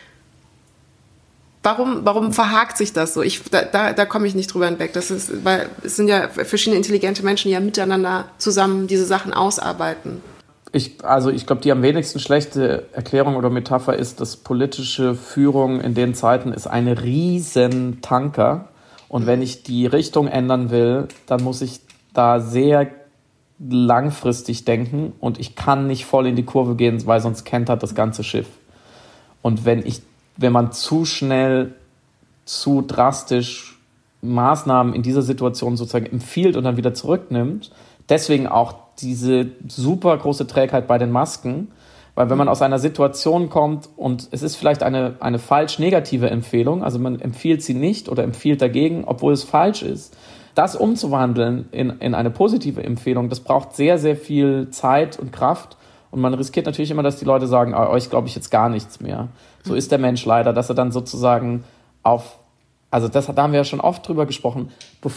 Warum verhakt sich das so? Da komme ich nicht drüber hinweg. Weil es sind ja verschiedene intelligente Menschen, die ja miteinander zusammen diese Sachen ausarbeiten. Ich glaube, die am wenigsten schlechte Erklärung oder Metapher ist, dass politische Führung in den Zeiten ist eine riesen Tanker. Und wenn ich die Richtung ändern will, dann muss ich da sehr langfristig denken und ich kann nicht voll in die Kurve gehen, weil sonst kentert das ganze Schiff. Und wenn man zu schnell, zu drastisch Maßnahmen in dieser Situation sozusagen empfiehlt und dann wieder zurücknimmt, deswegen auch diese super große Trägheit bei den Masken, weil wenn man aus einer Situation kommt und es ist vielleicht eine falsch negative Empfehlung, also man empfiehlt sie nicht oder empfiehlt dagegen, obwohl es falsch ist, das umzuwandeln in eine positive Empfehlung, das braucht sehr, sehr viel Zeit und Kraft. Und man riskiert natürlich immer, dass die Leute sagen, euch glaube ich jetzt gar nichts mehr. So ist der Mensch leider, dass er dann sozusagen da haben wir ja schon oft drüber gesprochen,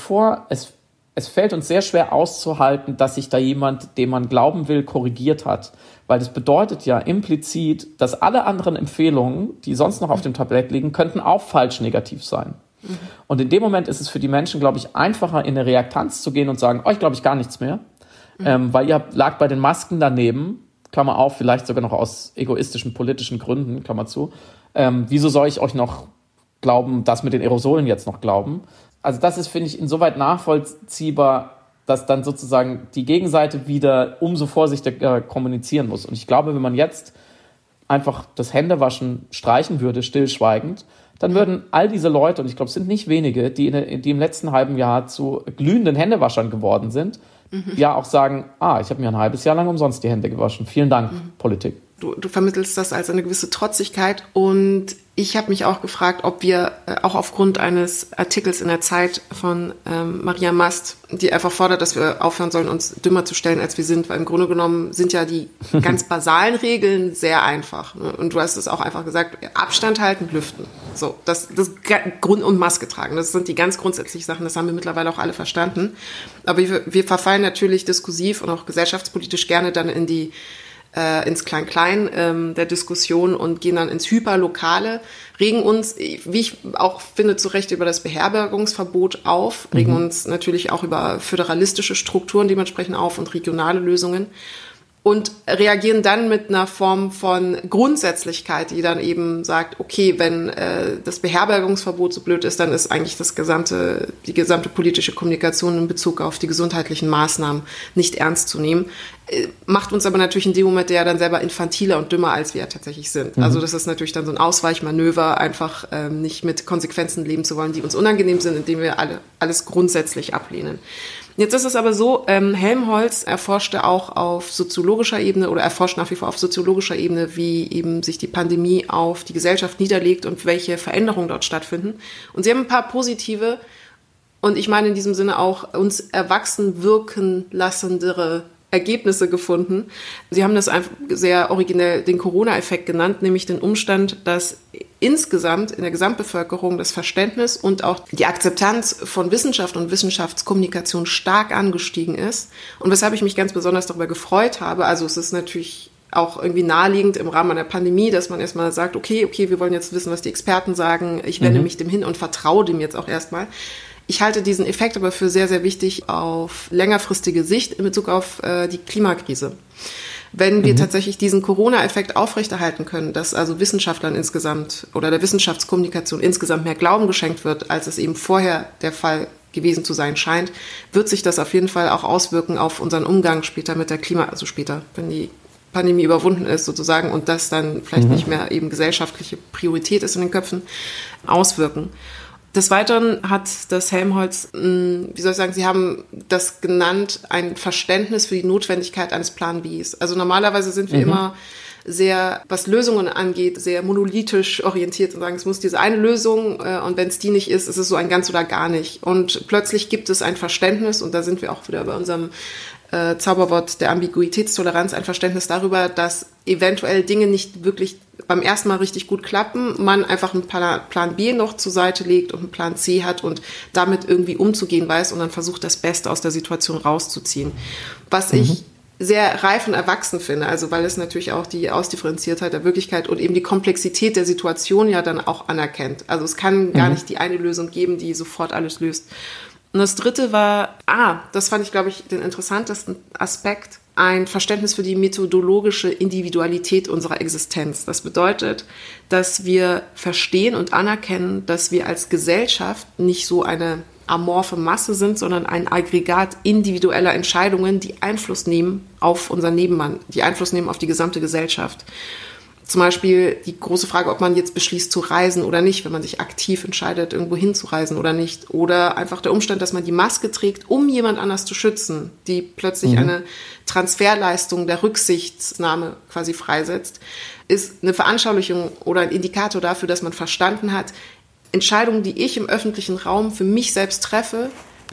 es fällt uns sehr schwer auszuhalten, dass sich da jemand, dem man glauben will, korrigiert hat. Weil das bedeutet ja implizit, dass alle anderen Empfehlungen, die sonst noch auf dem Tablett liegen, könnten auch falsch negativ sein. Und in dem Moment ist es für die Menschen, glaube ich, einfacher, in eine Reaktanz zu gehen und sagen, euch glaube ich gar nichts mehr. Weil ihr lag bei den Masken daneben, Klammer auf, vielleicht sogar noch aus egoistischen politischen Gründen, Klammer zu. Wieso soll ich euch noch glauben, das mit den Aerosolen jetzt noch glauben? Also das ist, finde ich, insoweit nachvollziehbar, dass dann sozusagen die Gegenseite wieder umso vorsichtiger kommunizieren muss. Und ich glaube, wenn man jetzt einfach das Händewaschen streichen würde, stillschweigend, dann würden all diese Leute, und ich glaube, es sind nicht wenige, die im letzten halben Jahr zu glühenden Händewaschern geworden sind, ja auch sagen, ich habe mir ein halbes Jahr lang umsonst die Hände gewaschen. Vielen Dank, Politik. Du vermittelst das als eine gewisse Trotzigkeit und ich habe mich auch gefragt, ob wir auch aufgrund eines Artikels in der Zeit von Maria Mast, die einfach fordert, dass wir aufhören sollen, uns dümmer zu stellen, als wir sind, weil im Grunde genommen sind ja die ganz basalen Regeln sehr einfach. Und du hast es auch einfach gesagt, Abstand halten, lüften. So, das Grund- und Maske tragen, das sind die ganz grundsätzlichen Sachen, das haben wir mittlerweile auch alle verstanden. Aber wir verfallen natürlich diskursiv und auch gesellschaftspolitisch gerne dann ins Klein-Klein der Diskussion und gehen dann ins Hyperlokale, regen uns, wie ich auch finde, zu Recht über das Beherbergungsverbot auf, regen uns natürlich auch über föderalistische Strukturen dementsprechend auf und regionale Lösungen. und reagieren dann mit einer Form von Grundsätzlichkeit, die dann eben sagt, okay, wenn das Beherbergungsverbot so blöd ist, dann ist eigentlich die gesamte politische Kommunikation in Bezug auf die gesundheitlichen Maßnahmen nicht ernst zu nehmen. Macht uns aber natürlich in dem Moment ja dann selber infantiler und dümmer, als wir ja tatsächlich sind. Also das ist natürlich dann so ein Ausweichmanöver, einfach nicht mit Konsequenzen leben zu wollen, die uns unangenehm sind, indem wir alles grundsätzlich ablehnen. Jetzt ist es aber so, Helmholtz erforschte auch auf soziologischer Ebene oder erforscht nach wie vor auf soziologischer Ebene, wie eben sich die Pandemie auf die Gesellschaft niederlegt und welche Veränderungen dort stattfinden. Und sie haben ein paar positive und ich meine in diesem Sinne auch uns erwachsen wirken lassendere Ergebnisse gefunden. Sie haben das einfach sehr originell den Corona-Effekt genannt, nämlich den Umstand, dass insgesamt in der Gesamtbevölkerung das Verständnis und auch die Akzeptanz von Wissenschaft und Wissenschaftskommunikation stark angestiegen ist. Und weshalb ich mich ganz besonders darüber gefreut habe, also es ist natürlich auch irgendwie naheliegend im Rahmen einer Pandemie, dass man erstmal sagt, okay, wir wollen jetzt wissen, was die Experten sagen, ich wende mich dem hin und vertraue dem jetzt auch erstmal. Ich halte diesen Effekt aber für sehr, sehr wichtig auf längerfristige Sicht in Bezug auf die Klimakrise. Wenn wir tatsächlich diesen Corona-Effekt aufrechterhalten können, dass also Wissenschaftlern insgesamt oder der Wissenschaftskommunikation insgesamt mehr Glauben geschenkt wird, als es eben vorher der Fall gewesen zu sein scheint, wird sich das auf jeden Fall auch auswirken auf unseren Umgang später mit der also später, wenn die Pandemie überwunden ist sozusagen und das dann vielleicht nicht mehr eben gesellschaftliche Priorität ist in den Köpfen, auswirken. Des Weiteren hat das Helmholtz, Sie haben das genannt, ein Verständnis für die Notwendigkeit eines Plan Bs. Also normalerweise sind wir immer sehr, was Lösungen angeht, sehr monolithisch orientiert und sagen, es muss diese eine Lösung und wenn es die nicht ist, ist es so ein ganz oder gar nicht. Und plötzlich gibt es ein Verständnis und da sind wir auch wieder bei unserem Zauberwort der Ambiguitätstoleranz, ein Verständnis darüber, dass eventuell Dinge nicht wirklich beim ersten Mal richtig gut klappen, man einfach einen Plan B noch zur Seite legt und einen Plan C hat und damit irgendwie umzugehen weiß und dann versucht, das Beste aus der Situation rauszuziehen. Was ich sehr reif und erwachsen finde, also weil es natürlich auch die Ausdifferenziertheit der Wirklichkeit und eben die Komplexität der Situation ja dann auch anerkennt. Also es kann gar nicht die eine Lösung geben, die sofort alles löst. Und das dritte war, das fand ich, glaube ich, den interessantesten Aspekt, ein Verständnis für die methodologische Individualität unserer Existenz. Das bedeutet, dass wir verstehen und anerkennen, dass wir als Gesellschaft nicht so eine amorphe Masse sind, sondern ein Aggregat individueller Entscheidungen, die Einfluss nehmen auf unseren Nebenmann, die Einfluss nehmen auf die gesamte Gesellschaft. Zum Beispiel die große Frage, ob man jetzt beschließt zu reisen oder nicht, wenn man sich aktiv entscheidet, irgendwo hinzureisen oder nicht. Oder einfach der Umstand, dass man die Maske trägt, um jemand anders zu schützen, die plötzlich eine Transferleistung der Rücksichtnahme quasi freisetzt, ist eine Veranschaulichung oder ein Indikator dafür, dass man verstanden hat, Entscheidungen, die ich im öffentlichen Raum für mich selbst treffe,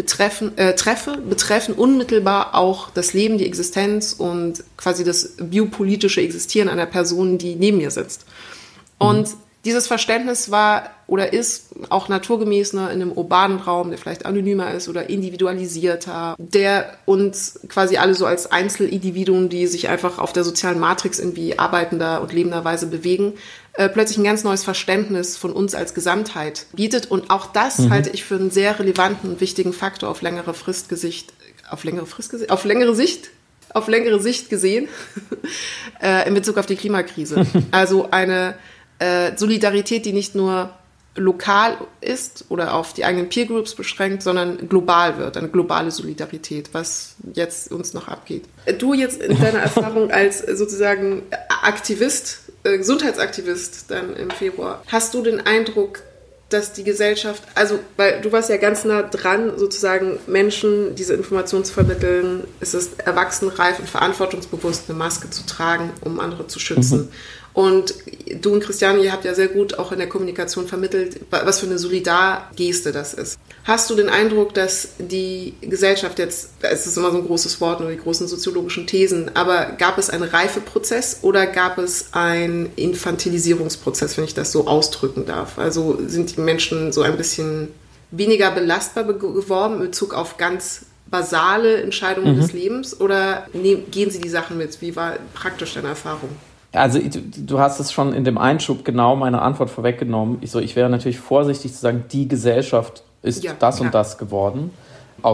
betreffen unmittelbar auch das Leben, die Existenz und quasi das biopolitische Existieren einer Person, die neben mir sitzt. Und dieses Verständnis war oder ist auch naturgemäßer in einem urbanen Raum, der vielleicht anonymer ist oder individualisierter, der uns quasi alle so als Einzelindividuen, die sich einfach auf der sozialen Matrix irgendwie arbeitender und lebender Weise bewegen, plötzlich ein ganz neues Verständnis von uns als Gesamtheit bietet. Und auch das halte ich für einen sehr relevanten und wichtigen Faktor auf längere Sicht gesehen in Bezug auf die Klimakrise. Also eine Solidarität, die nicht nur lokal ist oder auf die eigenen Peer Groups beschränkt, sondern global wird, eine globale Solidarität, was jetzt uns noch abgeht. Du jetzt in deiner Erfahrung als sozusagen Aktivist, Gesundheitsaktivist dann im Februar, hast du den Eindruck, dass die Gesellschaft, also weil du warst ja ganz nah dran, sozusagen Menschen diese Information zu vermitteln, es ist erwachsenreif und verantwortungsbewusst, eine Maske zu tragen, um andere zu schützen. Und du und Christiane, ihr habt ja sehr gut auch in der Kommunikation vermittelt, was für eine Solidargeste das ist. Hast du den Eindruck, dass die Gesellschaft jetzt, es ist immer so ein großes Wort, nur die großen soziologischen Thesen, aber gab es einen Reifeprozess oder gab es einen Infantilisierungsprozess, wenn ich das so ausdrücken darf? Also sind die Menschen so ein bisschen weniger belastbar geworden in Bezug auf ganz basale Entscheidungen des Lebens oder gehen sie die Sachen mit? Wie war praktisch deine Erfahrung? Also du hast es schon in dem Einschub genau meine Antwort vorweggenommen. Ich wäre natürlich vorsichtig zu sagen, die Gesellschaft ist das und das geworden. Aus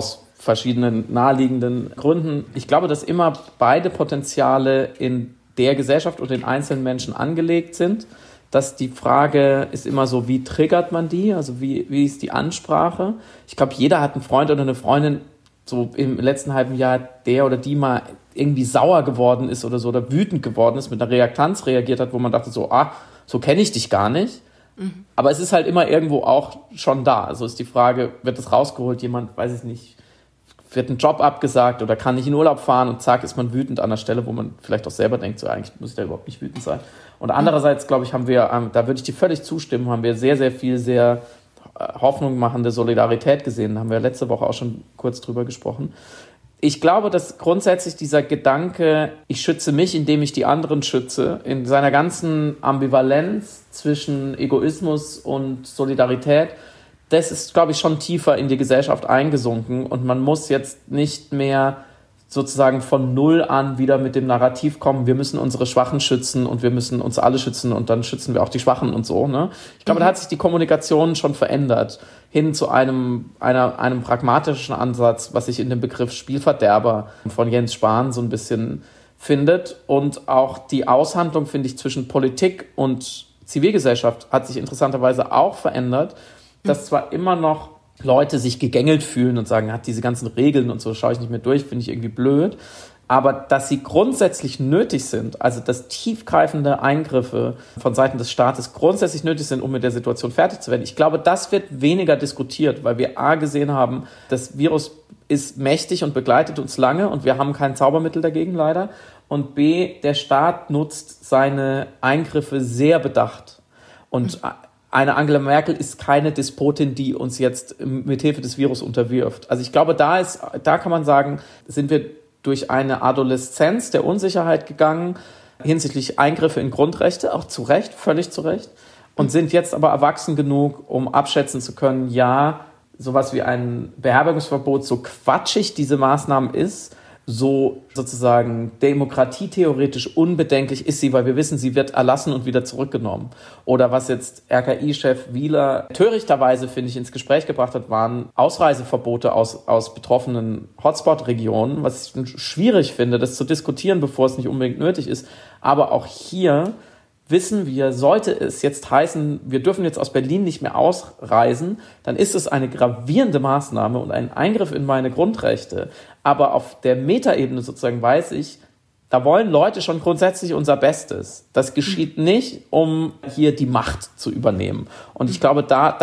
verschiedenen naheliegenden Gründen. Ich glaube, dass immer beide Potenziale in der Gesellschaft und den einzelnen Menschen angelegt sind. Dass die Frage ist immer so, wie triggert man die? Also wie ist die Ansprache? Ich glaube, jeder hat einen Freund oder eine Freundin, so im letzten halben Jahr, der oder die mal irgendwie sauer geworden ist oder so oder wütend geworden ist, mit einer Reaktanz reagiert hat, wo man dachte so, so kenne ich dich gar nicht. Mhm. Aber es ist halt immer irgendwo auch schon da. Also ist die Frage, wird das rausgeholt, jemand, weiß ich nicht, wird ein Job abgesagt oder kann nicht in Urlaub fahren und zack, ist man wütend an der Stelle, wo man vielleicht auch selber denkt, so eigentlich muss ich da überhaupt nicht wütend sein. Und andererseits, glaube ich, haben wir, da würde ich dir völlig zustimmen, haben wir sehr, sehr viel, sehr Hoffnung machende Solidarität gesehen. Da haben wir letzte Woche auch schon kurz drüber gesprochen. Ich glaube, dass grundsätzlich dieser Gedanke, ich schütze mich, indem ich die anderen schütze, in seiner ganzen Ambivalenz zwischen Egoismus und Solidarität, das ist, glaube ich, schon tiefer in die Gesellschaft eingesunken und man muss jetzt nicht mehr sozusagen von Null an wieder mit dem Narrativ kommen, wir müssen unsere Schwachen schützen und wir müssen uns alle schützen und dann schützen wir auch die Schwachen und so. Ne? Ich glaube, da hat sich die Kommunikation schon verändert, hin zu einem pragmatischen Ansatz, was sich in dem Begriff Spielverderber von Jens Spahn so ein bisschen findet. Und auch die Aushandlung, finde ich, zwischen Politik und Zivilgesellschaft hat sich interessanterweise auch verändert, dass zwar immer noch Leute sich gegängelt fühlen und sagen, diese ganzen Regeln und so schaue ich nicht mehr durch, finde ich irgendwie blöd. Aber dass sie grundsätzlich nötig sind, also dass tiefgreifende Eingriffe von Seiten des Staates grundsätzlich nötig sind, um mit der Situation fertig zu werden. Ich glaube, das wird weniger diskutiert, weil wir A gesehen haben, das Virus ist mächtig und begleitet uns lange und wir haben kein Zaubermittel dagegen leider. Und B, der Staat nutzt seine Eingriffe sehr bedacht. Und eine Angela Merkel ist keine Despotin, die uns jetzt mit Hilfe des Virus unterwirft. Also ich glaube, da kann man sagen, sind wir durch eine Adoleszenz der Unsicherheit gegangen, hinsichtlich Eingriffe in Grundrechte, auch zu Recht, völlig zu Recht, und sind jetzt aber erwachsen genug, um abschätzen zu können, ja, sowas wie ein Beherbergungsverbot, so quatschig diese Maßnahmen ist, so sozusagen demokratietheoretisch unbedenklich ist sie, weil wir wissen, sie wird erlassen und wieder zurückgenommen. Oder was jetzt RKI-Chef Wieler törichterweise, finde ich, ins Gespräch gebracht hat, waren Ausreiseverbote aus betroffenen Hotspot-Regionen, was ich schwierig finde, das zu diskutieren, bevor es nicht unbedingt nötig ist. Aber auch hier wissen wir, sollte es jetzt heißen, wir dürfen jetzt aus Berlin nicht mehr ausreisen, dann ist es eine gravierende Maßnahme und ein Eingriff in meine Grundrechte. Aber auf der Metaebene sozusagen weiß ich, da wollen Leute schon grundsätzlich unser Bestes. Das geschieht nicht, um hier die Macht zu übernehmen. Und ich glaube, da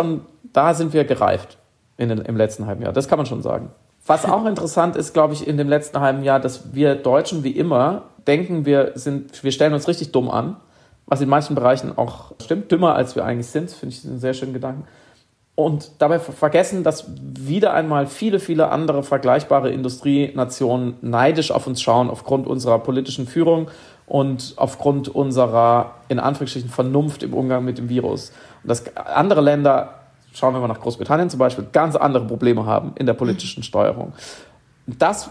sind wir gereift im letzten halben Jahr. Das kann man schon sagen. Was auch interessant ist, glaube ich, in dem letzten halben Jahr, dass wir Deutschen wie immer denken, wir stellen uns richtig dumm an. Was in manchen Bereichen auch stimmt, dümmer als wir eigentlich sind, finde ich einen sehr schönen Gedanken. Und dabei vergessen, dass wieder einmal viele, viele andere vergleichbare Industrienationen neidisch auf uns schauen, aufgrund unserer politischen Führung und aufgrund unserer, in Anführungsstrichen, Vernunft im Umgang mit dem Virus. Und dass andere Länder, schauen wir mal nach Großbritannien zum Beispiel, ganz andere Probleme haben in der politischen Steuerung. Das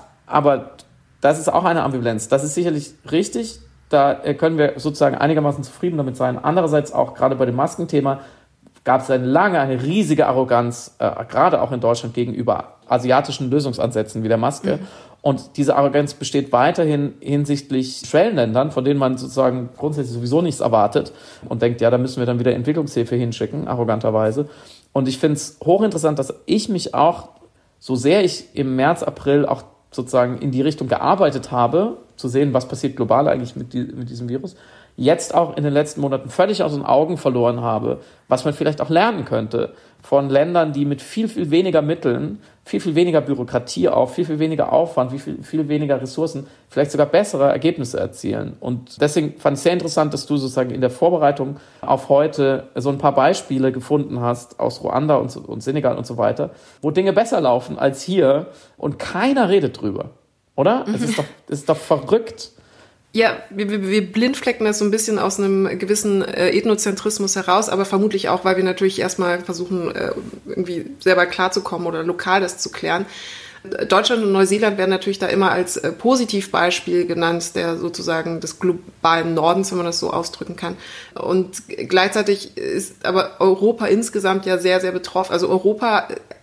ist auch eine Ambivalenz. Das ist sicherlich richtig. Da können wir sozusagen einigermaßen zufrieden damit sein. Andererseits auch gerade bei dem Maskenthema gab es eine riesige Arroganz, gerade auch in Deutschland gegenüber asiatischen Lösungsansätzen wie der Maske. Und diese Arroganz besteht weiterhin hinsichtlich Schwellenländern, von denen man sozusagen grundsätzlich sowieso nichts erwartet und denkt, ja, da müssen wir dann wieder Entwicklungshilfe hinschicken, arroganterweise. Und ich finde es hochinteressant, dass ich mich auch, so sehr ich im März, April auch sozusagen in die Richtung gearbeitet habe, zu sehen, was passiert global eigentlich mit diesem Virus, jetzt auch in den letzten Monaten völlig aus den Augen verloren habe, was man vielleicht auch lernen könnte von Ländern, die mit viel, viel weniger Mitteln, viel, viel weniger Bürokratie viel, viel weniger Aufwand, viel weniger Ressourcen, vielleicht sogar bessere Ergebnisse erzielen. Und deswegen fand ich sehr interessant, dass du sozusagen in der Vorbereitung auf heute so ein paar Beispiele gefunden hast aus Ruanda und Senegal und so weiter, wo Dinge besser laufen als hier und keiner redet drüber. Oder? Es ist doch verrückt. Ja, wir blindflecken das so ein bisschen aus einem gewissen Ethnozentrismus heraus, aber vermutlich auch, weil wir natürlich erstmal versuchen, irgendwie selber klarzukommen oder lokal das zu klären. Deutschland und Neuseeland werden natürlich da immer als Positivbeispiel genannt, der sozusagen des globalen Nordens, wenn man das so ausdrücken kann. Und gleichzeitig ist aber Europa insgesamt ja sehr, sehr betroffen. Also Europa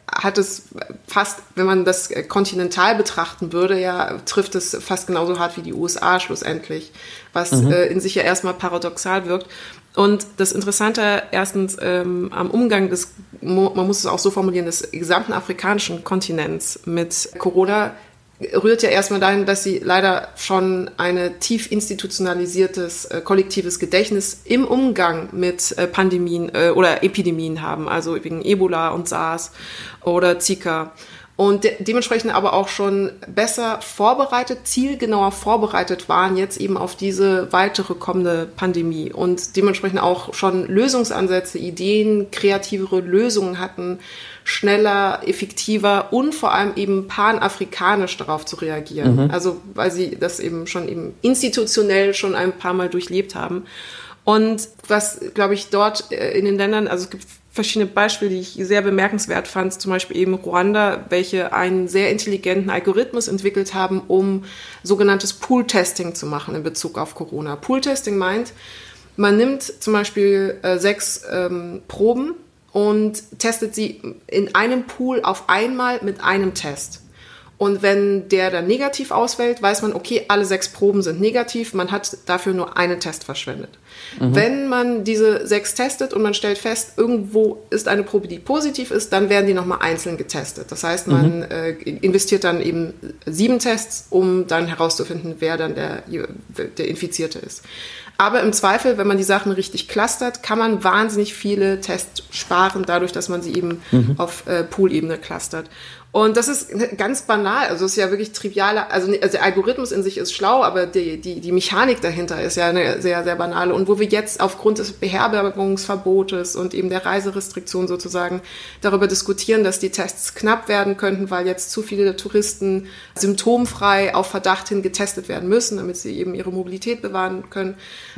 hat es fast, wenn man das kontinental betrachten würde, ja, trifft es fast genauso hart wie die USA schlussendlich, was in sich ja erstmal paradoxal wirkt. Und das Interessante erstens am Umgang man muss es auch so formulieren, des gesamten afrikanischen Kontinents mit Corona rührt ja erstmal dahin, dass sie leider schon ein tief institutionalisiertes kollektives Gedächtnis im Umgang mit Pandemien oder Epidemien haben, also wegen Ebola und SARS oder Zika. Und dementsprechend aber auch schon besser vorbereitet, zielgenauer vorbereitet waren jetzt eben auf diese weitere kommende Pandemie und dementsprechend auch schon Lösungsansätze, Ideen, kreativere Lösungen hatten, schneller, effektiver und vor allem eben panafrikanisch darauf zu reagieren. Also weil sie das eben institutionell schon ein paar Mal durchlebt haben. Und was, glaube ich, dort in den Ländern, also es gibt verschiedene Beispiele, die ich sehr bemerkenswert fand, zum Beispiel eben Ruanda, welche einen sehr intelligenten Algorithmus entwickelt haben, um sogenanntes Pool-Testing zu machen in Bezug auf Corona. Pool-Testing meint, man nimmt zum Beispiel 6 Proben und testet sie in einem Pool auf einmal mit einem Test. Und wenn der dann negativ ausfällt, weiß man, okay, alle 6 Proben sind negativ, man hat dafür nur einen Test verschwendet. Wenn man diese 6 testet und man stellt fest, irgendwo ist eine Probe, die positiv ist, dann werden die nochmal einzeln getestet. Das heißt, man investiert dann eben 7 Tests, um dann herauszufinden, wer dann der Infizierte ist. Aber im Zweifel, wenn man die Sachen richtig clustert, kann man wahnsinnig viele Tests sparen, dadurch, dass man sie eben auf Pool-Ebene clustert. Und das ist ganz banal, also es ist ja wirklich trivialer, also der Algorithmus in sich ist schlau, aber die Mechanik dahinter ist ja eine sehr, sehr banale. Und wo wir jetzt aufgrund des Beherbergungsverbotes und eben der Reiserestriktion sozusagen darüber diskutieren, dass die Tests knapp werden könnten, weil jetzt zu viele Touristen symptomfrei auf Verdacht hin getestet werden müssen, damit sie eben ihre Mobilität bewahren können,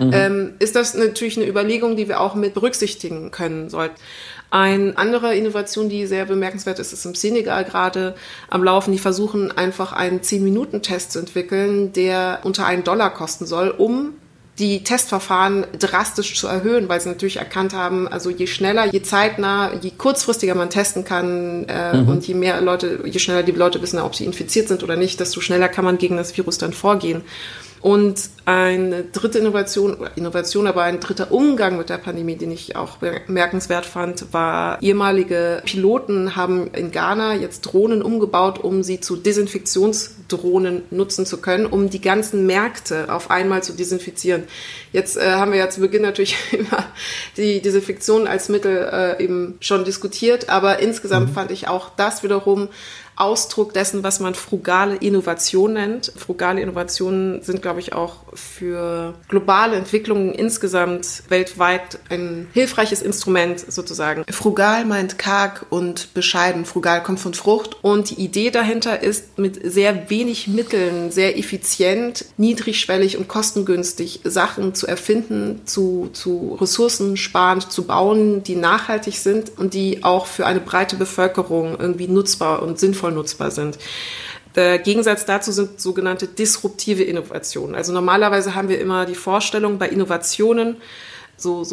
ist das natürlich eine Überlegung, die wir auch mit berücksichtigen können sollten. Eine andere Innovation, die sehr bemerkenswert ist, ist im Senegal gerade am Laufen. Die versuchen einfach einen 10-Minuten-Test zu entwickeln, der unter $1 kosten soll, um die Testverfahren drastisch zu erhöhen, weil sie natürlich erkannt haben, also je schneller, je zeitnah, je kurzfristiger man testen kann und je schneller die Leute wissen, ob sie infiziert sind oder nicht, desto schneller kann man gegen das Virus dann vorgehen. Und eine dritte Innovation, aber ein dritter Umgang mit der Pandemie, den ich auch bemerkenswert fand, war, ehemalige Piloten haben in Ghana jetzt Drohnen umgebaut, um sie zu Desinfektionsdrohnen nutzen zu können, um die ganzen Märkte auf einmal zu desinfizieren. Jetzt haben wir ja zu Beginn natürlich immer die Desinfektion als Mittel eben schon diskutiert, aber insgesamt fand ich auch das wiederum Ausdruck dessen, was man frugale Innovation nennt. Frugale Innovationen sind, glaube ich, auch für globale Entwicklungen insgesamt weltweit ein hilfreiches Instrument sozusagen. Frugal meint karg und bescheiden. Frugal kommt von Frucht und die Idee dahinter ist, mit sehr wenig Mitteln, sehr effizient, niedrigschwellig und kostengünstig Sachen zu erfinden, zu ressourcensparend zu bauen, die nachhaltig sind und die auch für eine breite Bevölkerung irgendwie nutzbar und sinnvoll nutzbar sind. Der Gegensatz dazu sind sogenannte disruptive Innovationen. Also normalerweise haben wir immer die Vorstellung bei Innovationen, so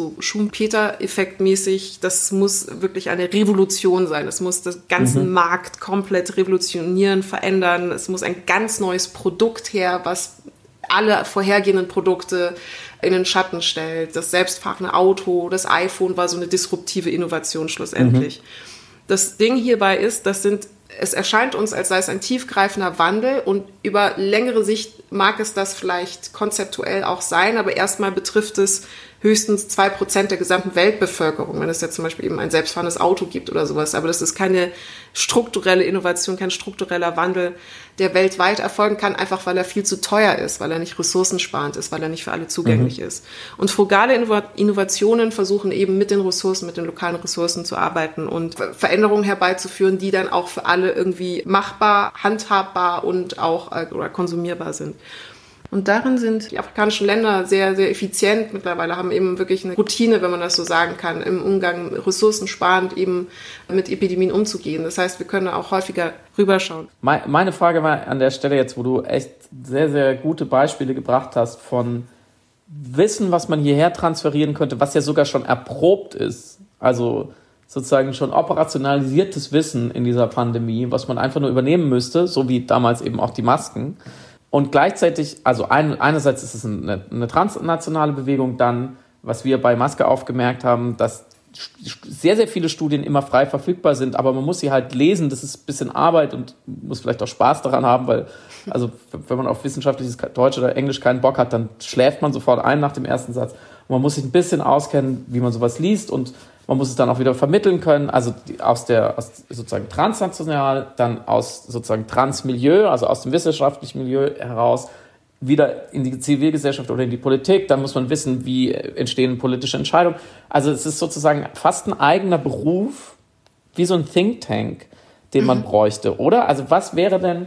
Schumpeter-Effekt-mäßig, das muss wirklich eine Revolution sein. Es muss den ganzen Markt komplett revolutionieren, verändern. Es muss ein ganz neues Produkt her, was alle vorhergehenden Produkte in den Schatten stellt. Das selbstfahrende Auto, das iPhone war so eine disruptive Innovation schlussendlich. Das Ding hierbei ist, es erscheint uns, als sei es ein tiefgreifender Wandel und über längere Sicht mag es das vielleicht konzeptuell auch sein, aber erstmal betrifft es höchstens 2% der gesamten Weltbevölkerung, wenn es jetzt zum Beispiel eben ein selbstfahrendes Auto gibt oder sowas. Aber das ist keine strukturelle Innovation, kein struktureller Wandel, der weltweit erfolgen kann, einfach weil er viel zu teuer ist, weil er nicht ressourcensparend ist, weil er nicht für alle zugänglich ist. Und frugale Innovationen versuchen eben mit den Ressourcen, mit den lokalen Ressourcen zu arbeiten und Veränderungen herbeizuführen, die dann auch für alle irgendwie machbar, handhabbar und auch oder konsumierbar sind. Und darin sind die afrikanischen Länder sehr, sehr effizient mittlerweile, haben eben wirklich eine Routine, wenn man das so sagen kann, im Umgang ressourcensparend eben mit Epidemien umzugehen. Das heißt, wir können auch häufiger rüberschauen. Meine Frage war an der Stelle jetzt, wo du echt sehr, sehr gute Beispiele gebracht hast von Wissen, was man hierher transferieren könnte, was ja sogar schon erprobt ist. Also sozusagen schon operationalisiertes Wissen in dieser Pandemie, was man einfach nur übernehmen müsste, so wie damals eben auch die Masken. Und gleichzeitig, also einerseits ist es eine transnationale Bewegung, dann, was wir bei Maske aufgemerkt haben, dass sehr, sehr viele Studien immer frei verfügbar sind, aber man muss sie halt lesen, das ist ein bisschen Arbeit und muss vielleicht auch Spaß daran haben, weil, also wenn man auf wissenschaftliches Deutsch oder Englisch keinen Bock hat, dann schläft man sofort ein nach dem ersten Satz. Und man muss sich ein bisschen auskennen, wie man sowas liest und man muss es dann auch wieder vermitteln können, also aus sozusagen transnational, dann aus sozusagen Transmilieu, also aus dem wissenschaftlichen Milieu heraus, wieder in die Zivilgesellschaft oder in die Politik. Dann muss man wissen, wie entstehen politische Entscheidungen. Also es ist sozusagen fast ein eigener Beruf, wie so ein Think Tank, den man bräuchte, oder? Also was wäre denn,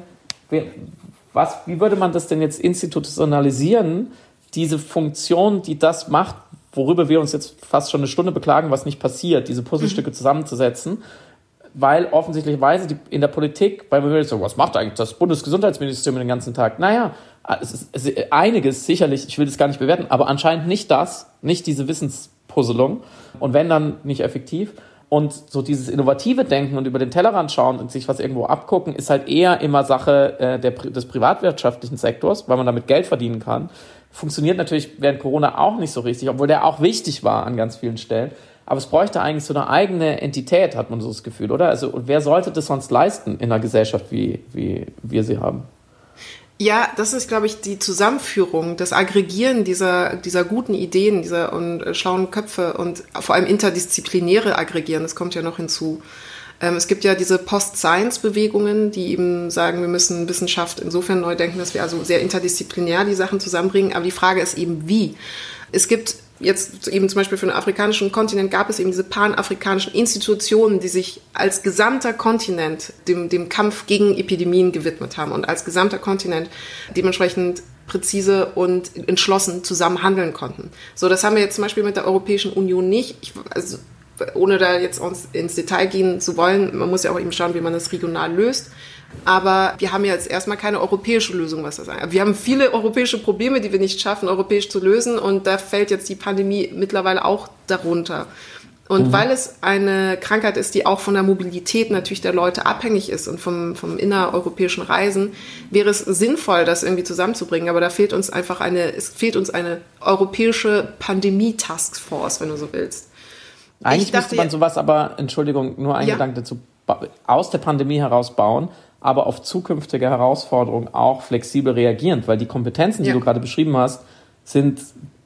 wie würde man das denn jetzt institutionalisieren, diese Funktion, die das macht, worüber wir uns jetzt fast schon eine Stunde beklagen, was nicht passiert, diese Puzzlestücke zusammenzusetzen, weil offensichtlicherweise in der Politik, weil man will so, was macht eigentlich das Bundesgesundheitsministerium den ganzen Tag? Naja, es ist einiges sicherlich, ich will das gar nicht bewerten, aber anscheinend nicht diese Wissenspuzzelung und wenn dann nicht effektiv. Und so dieses innovative Denken und über den Tellerrand schauen und sich was irgendwo abgucken, ist halt eher immer Sache des privatwirtschaftlichen Sektors, weil man damit Geld verdienen kann. Funktioniert natürlich während Corona auch nicht so richtig, obwohl der auch wichtig war an ganz vielen Stellen. Aber es bräuchte eigentlich so eine eigene Entität, hat man so das Gefühl, oder? Also, und wer sollte das sonst leisten in einer Gesellschaft, wie wir sie haben? Ja, das ist, glaube ich, die Zusammenführung, das Aggregieren dieser guten Ideen, und schlauen Köpfe und vor allem interdisziplinäre Aggregieren, das kommt ja noch hinzu. Es gibt ja diese Post-Science-Bewegungen, die eben sagen, wir müssen Wissenschaft insofern neu denken, dass wir also sehr interdisziplinär die Sachen zusammenbringen. Aber die Frage ist eben, wie? Es gibt jetzt eben zum Beispiel für den afrikanischen Kontinent gab es eben diese panafrikanischen Institutionen, die sich als gesamter Kontinent dem Kampf gegen Epidemien gewidmet haben und als gesamter Kontinent dementsprechend präzise und entschlossen zusammen handeln konnten. So, das haben wir jetzt zum Beispiel mit der Europäischen Union nicht. Ohne da jetzt ins Detail gehen zu wollen, man muss ja auch eben schauen, wie man das regional löst. Aber wir haben jetzt erstmal keine europäische Lösung, was das angeht. Wir haben viele europäische Probleme, die wir nicht schaffen, europäisch zu lösen. Und da fällt jetzt die Pandemie mittlerweile auch darunter. Und weil es eine Krankheit ist, die auch von der Mobilität natürlich der Leute abhängig ist und vom innereuropäischen Reisen, wäre es sinnvoll, das irgendwie zusammenzubringen. Aber da fehlt uns einfach eine europäische Pandemie-Taskforce, wenn du so willst. Eigentlich müsste man sowas aber, Entschuldigung, nur ein Gedanke dazu, aus der Pandemie heraus bauen, aber auf zukünftige Herausforderungen auch flexibel reagierend, weil die Kompetenzen, die du gerade beschrieben hast, sind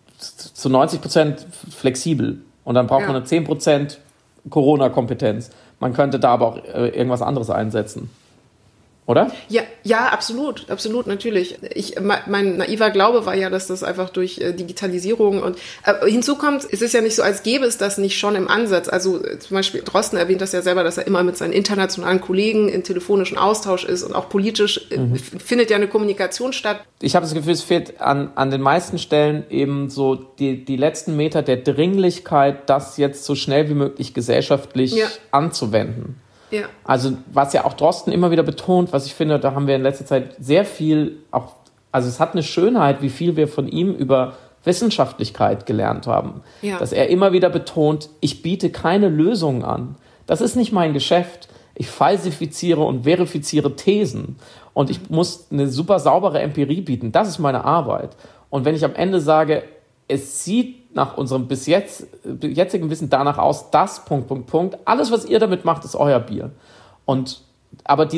zu 90% flexibel. Und dann braucht man eine 10% Corona-Kompetenz. Man könnte da aber auch irgendwas anderes einsetzen. Oder? Ja, absolut, natürlich. Mein naiver Glaube war ja, dass das einfach durch Digitalisierung und hinzu kommt, es ist ja nicht so, als gäbe es das nicht schon im Ansatz. Also zum Beispiel Drosten erwähnt das ja selber, dass er immer mit seinen internationalen Kollegen in telefonischen Austausch ist und auch politisch findet ja eine Kommunikation statt. Ich habe das Gefühl, es fehlt an den meisten Stellen eben so die letzten Meter der Dringlichkeit, das jetzt so schnell wie möglich gesellschaftlich anzuwenden. Ja. Also was ja auch Drosten immer wieder betont, was ich finde, da haben wir in letzter Zeit sehr viel auch, also es hat eine Schönheit, wie viel wir von ihm über Wissenschaftlichkeit gelernt haben. Ja. Dass er immer wieder betont, ich biete keine Lösungen an. Das ist nicht mein Geschäft. Ich falsifiziere und verifiziere Thesen. Und ich muss eine super saubere Empirie bieten. Das ist meine Arbeit. Und wenn ich am Ende sage, es sieht nach unserem jetzigen Wissen danach aus, das ... Alles, was ihr damit macht, ist euer Bier. Aber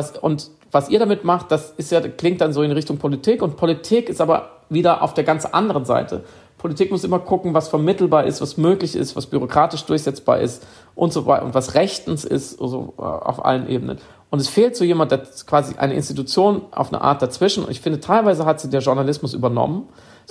was ihr damit macht, klingt dann so in Richtung Politik. Und Politik ist aber wieder auf der ganz anderen Seite. Politik muss immer gucken, was vermittelbar ist, was möglich ist, was bürokratisch durchsetzbar ist und so weiter und was rechtens ist, also auf allen Ebenen. Und es fehlt so jemand, der quasi eine Institution auf eine Art dazwischen. Und ich finde, teilweise hat sie der Journalismus übernommen.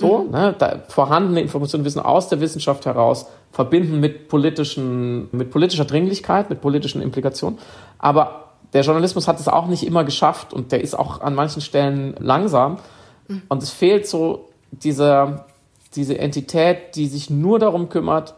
Da vorhandene Informationen, Wissen aus der Wissenschaft heraus verbinden mit politischer Dringlichkeit, mit politischen Implikationen. Aber der Journalismus hat es auch nicht immer geschafft und der ist auch an manchen Stellen langsam. Und es fehlt so diese Entität, die sich nur darum kümmert,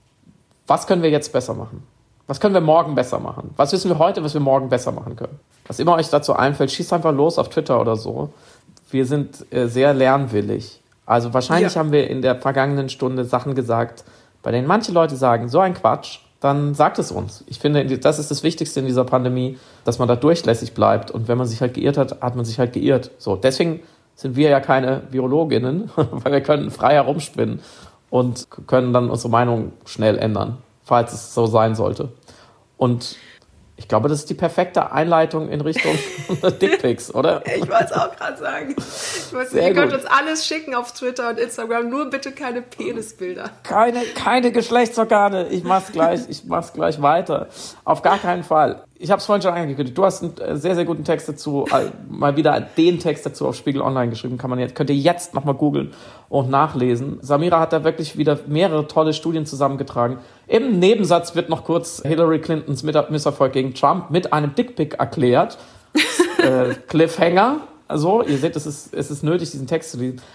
was können wir jetzt besser machen? Was können wir morgen besser machen? Was wissen wir heute, was wir morgen besser machen können? Was immer euch dazu einfällt, schießt einfach los auf Twitter oder so. Wir sind sehr lernwillig. Also wahrscheinlich haben wir in der vergangenen Stunde Sachen gesagt, bei denen manche Leute sagen, so ein Quatsch, dann sagt es uns. Ich finde, das ist das Wichtigste in dieser Pandemie, dass man da durchlässig bleibt. Und wenn man sich halt geirrt hat, hat man sich halt geirrt. So, deswegen sind wir ja keine Virologinnen, weil wir können frei herumspinnen und können dann unsere Meinung schnell ändern, falls es so sein sollte. Und ich glaube, das ist die perfekte Einleitung in Richtung Dickpics, oder? Ich wollte es auch gerade sagen. Ihr könnt uns alles schicken auf Twitter und Instagram, nur bitte keine Penisbilder. Keine Geschlechtsorgane. Ich mach's gleich weiter. Auf gar keinen Fall. Ich habe es vorhin schon angekündigt. Du hast einen sehr, sehr guten Text dazu, mal wieder den Text dazu auf Spiegel Online geschrieben. Könnt ihr jetzt nochmal googeln und nachlesen. Samira hat da wirklich wieder mehrere tolle Studien zusammengetragen. Im Nebensatz wird noch kurz Hillary Clintons Misserfolg gegen Trump mit einem Dickpic erklärt. Cliffhanger. Also, ihr seht, es ist nötig, diesen Text zu lesen.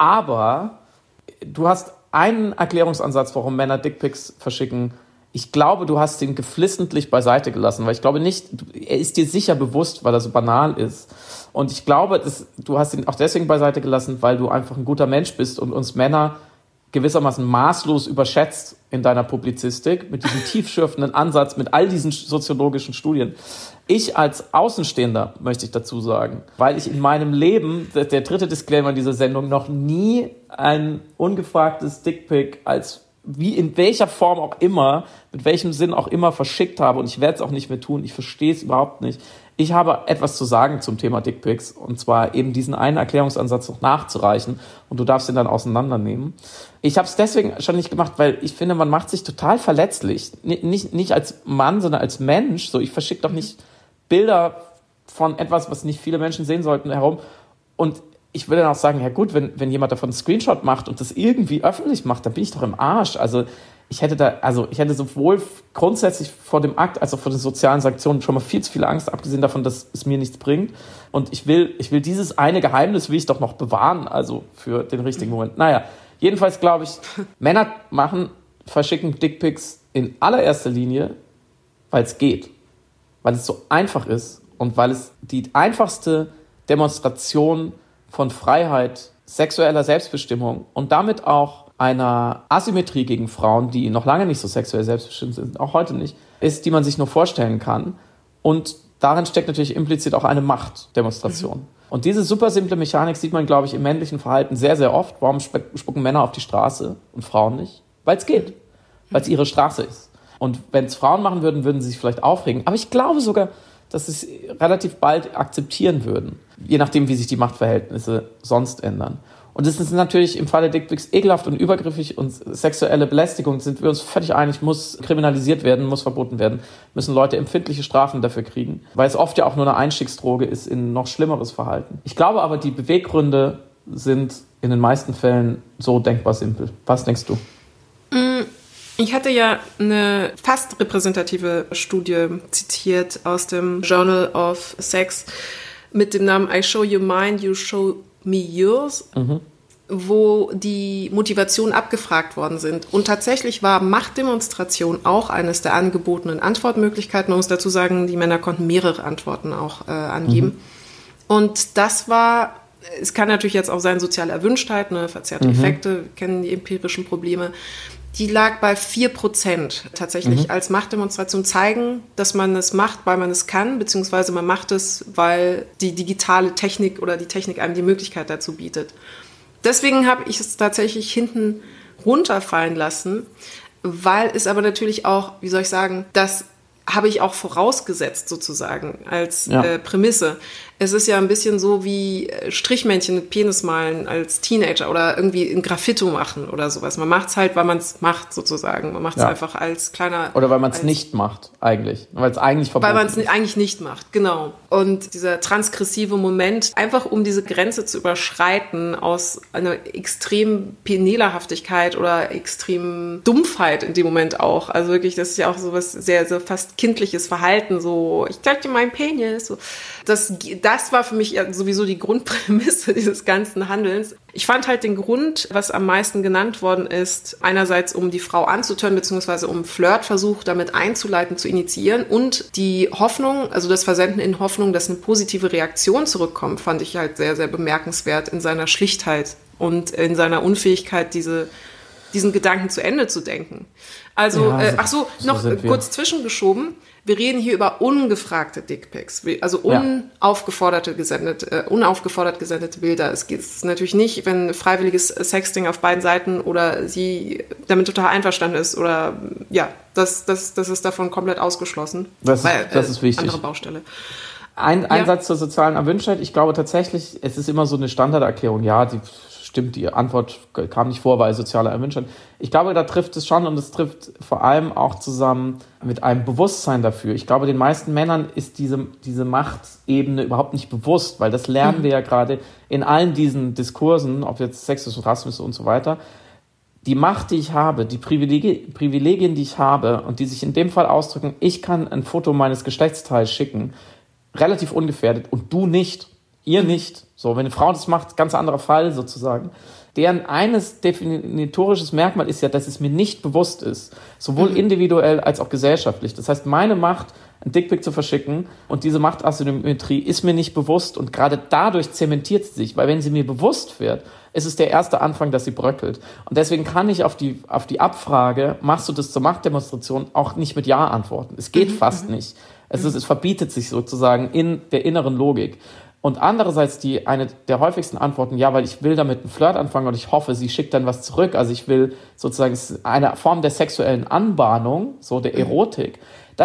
Aber du hast einen Erklärungsansatz, warum Männer Dickpics verschicken. Ich glaube, du hast ihn geflissentlich beiseite gelassen, weil ich glaube nicht, er ist dir sicher bewusst, weil er so banal ist. Und ich glaube, du hast ihn auch deswegen beiseite gelassen, weil du einfach ein guter Mensch bist und uns Männer gewissermaßen maßlos überschätzt in deiner Publizistik, mit diesem tiefschürfenden Ansatz, mit all diesen soziologischen Studien. Ich als Außenstehender, möchte ich dazu sagen, weil ich in meinem Leben, der dritte Disclaimer in dieser Sendung, noch nie ein ungefragtes Dickpic wie in welcher Form auch immer, mit welchem Sinn auch immer verschickt habe, und ich werde es auch nicht mehr tun, ich verstehe es überhaupt nicht. Ich habe etwas zu sagen zum Thema Dickpics, und zwar eben diesen einen Erklärungsansatz noch nachzureichen, und du darfst ihn dann auseinandernehmen. Ich habe es deswegen schon nicht gemacht, weil ich finde, man macht sich total verletzlich. Nicht als Mann, sondern als Mensch. So, ich verschicke doch nicht Bilder von etwas, was nicht viele Menschen sehen sollten, herum. Und ich würde dann auch sagen, ja gut, wenn jemand davon einen Screenshot macht und das irgendwie öffentlich macht, dann bin ich doch im Arsch. Also ich hätte sowohl grundsätzlich vor dem Akt als auch vor den sozialen Sanktionen schon mal viel zu viel Angst, abgesehen davon, dass es mir nichts bringt. Und ich will dieses eine Geheimnis will ich doch noch bewahren, also für den richtigen Moment. Naja, jedenfalls glaube ich, Männer verschicken Dickpics in allererster Linie, weil es geht. Weil es so einfach ist und weil es die einfachste Demonstration von Freiheit, sexueller Selbstbestimmung und damit auch einer Asymmetrie gegen Frauen, die noch lange nicht so sexuell selbstbestimmt sind, auch heute nicht, ist, die man sich nur vorstellen kann. Und darin steckt natürlich implizit auch eine Machtdemonstration. Und diese super simple Mechanik sieht man, glaube ich, im männlichen Verhalten sehr, sehr oft. Warum spucken Männer auf die Straße und Frauen nicht? Weil es geht. Weil es ihre Straße ist. Und wenn es Frauen machen würden, würden sie sich vielleicht aufregen. Aber ich glaube sogar, dass sie es relativ bald akzeptieren würden, je nachdem, wie sich die Machtverhältnisse sonst ändern. Und es ist natürlich im Falle Dickpics ekelhaft und übergriffig, und sexuelle Belästigung, sind wir uns völlig einig, muss kriminalisiert werden, muss verboten werden, müssen Leute empfindliche Strafen dafür kriegen, weil es oft ja auch nur eine Einstiegsdroge ist in noch schlimmeres Verhalten. Ich glaube aber, die Beweggründe sind in den meisten Fällen so denkbar simpel. Was denkst du? Ich hatte ja eine fast repräsentative Studie zitiert aus dem Journal of Sex mit dem Namen I Show You Mine, You Show Me Yours, wo die Motivationen abgefragt worden sind. Und tatsächlich war Machtdemonstration auch eines der angebotenen Antwortmöglichkeiten. Man muss dazu sagen, die Männer konnten mehrere Antworten auch angeben. Und das war, es kann natürlich jetzt auch sein, soziale Erwünschtheit, verzerrte Effekte, wir kennen die empirischen Probleme. Die lag bei 4% tatsächlich als Machtdemonstration, zeigen, dass man es macht, weil man es kann, beziehungsweise man macht es, weil die digitale Technik oder die Technik einem die Möglichkeit dazu bietet. Deswegen habe ich es tatsächlich hinten runterfallen lassen, weil es aber natürlich auch, wie soll ich sagen, das habe ich auch vorausgesetzt sozusagen als Prämisse. Es ist ja ein bisschen so wie Strichmännchen mit Penis malen als Teenager oder irgendwie ein Graffito machen oder sowas. Man macht es halt, weil man es macht sozusagen. Man macht es einfach als kleiner... Oder weil man es nicht macht eigentlich. Weil es eigentlich verboten ist. Weil man es eigentlich nicht macht, genau. Und dieser transgressive Moment, einfach um diese Grenze zu überschreiten aus einer extremen Penelahaftigkeit oder extremen Dumpfheit in dem Moment auch. Also wirklich, das ist ja auch so was sehr, sehr fast kindliches Verhalten, so, ich zeig dir meinen Penis, so. Das war für mich sowieso die Grundprämisse dieses ganzen Handelns. Ich fand halt den Grund, was am meisten genannt worden ist, einerseits um die Frau anzutören, beziehungsweise um Flirtversuch damit einzuleiten, zu initiieren, und die Hoffnung, also das Versenden in Hoffnung, dass eine positive Reaktion zurückkommt, fand ich halt sehr, sehr bemerkenswert in seiner Schlichtheit und in seiner Unfähigkeit, diese diesen Gedanken zu Ende zu denken. Also, so noch kurz zwischengeschoben. Wir reden hier über ungefragte Dickpics, also unaufgefordert gesendete Bilder. Es geht natürlich nicht, wenn freiwilliges Sexting auf beiden Seiten oder sie damit total einverstanden ist oder das ist davon komplett ausgeschlossen. Das ist wichtig. Andere Baustelle. Ein Satz zur sozialen Erwünschtheit. Ich glaube tatsächlich, es ist immer so eine Standarderklärung. Ja, die Antwort kam nicht vor bei sozialer Erwünschtheit. Ich glaube, da trifft es schon und es trifft vor allem auch zusammen mit einem Bewusstsein dafür. Ich glaube, den meisten Männern ist diese Machtebene überhaupt nicht bewusst, weil das lernen wir ja gerade in allen diesen Diskursen, ob jetzt Sexismus, Rassismus und so weiter. Die Macht, die ich habe, die Privilegien, die ich habe und die sich in dem Fall ausdrücken, ich kann ein Foto meines Geschlechtsteils schicken, relativ ungefährdet und du nicht. Ihr nicht. So, wenn eine Frau das macht, ganz anderer Fall sozusagen. Deren eines definitorisches Merkmal ist ja, dass es mir nicht bewusst ist. Sowohl individuell als auch gesellschaftlich. Das heißt, meine Macht, ein Dickpic zu verschicken und diese Machtasymmetrie ist mir nicht bewusst und gerade dadurch zementiert sie sich. Weil wenn sie mir bewusst wird, ist es der erste Anfang, dass sie bröckelt. Und deswegen kann ich auf die Abfrage, machst du das zur Machtdemonstration, auch nicht mit Ja antworten. Es geht fast nicht. Es verbietet sich sozusagen in der inneren Logik. Und andererseits eine der häufigsten Antworten, ja, weil ich will damit einen Flirt anfangen und ich hoffe, sie schickt dann was zurück. Also ich will sozusagen, es ist eine Form der sexuellen Anbahnung, so der Erotik.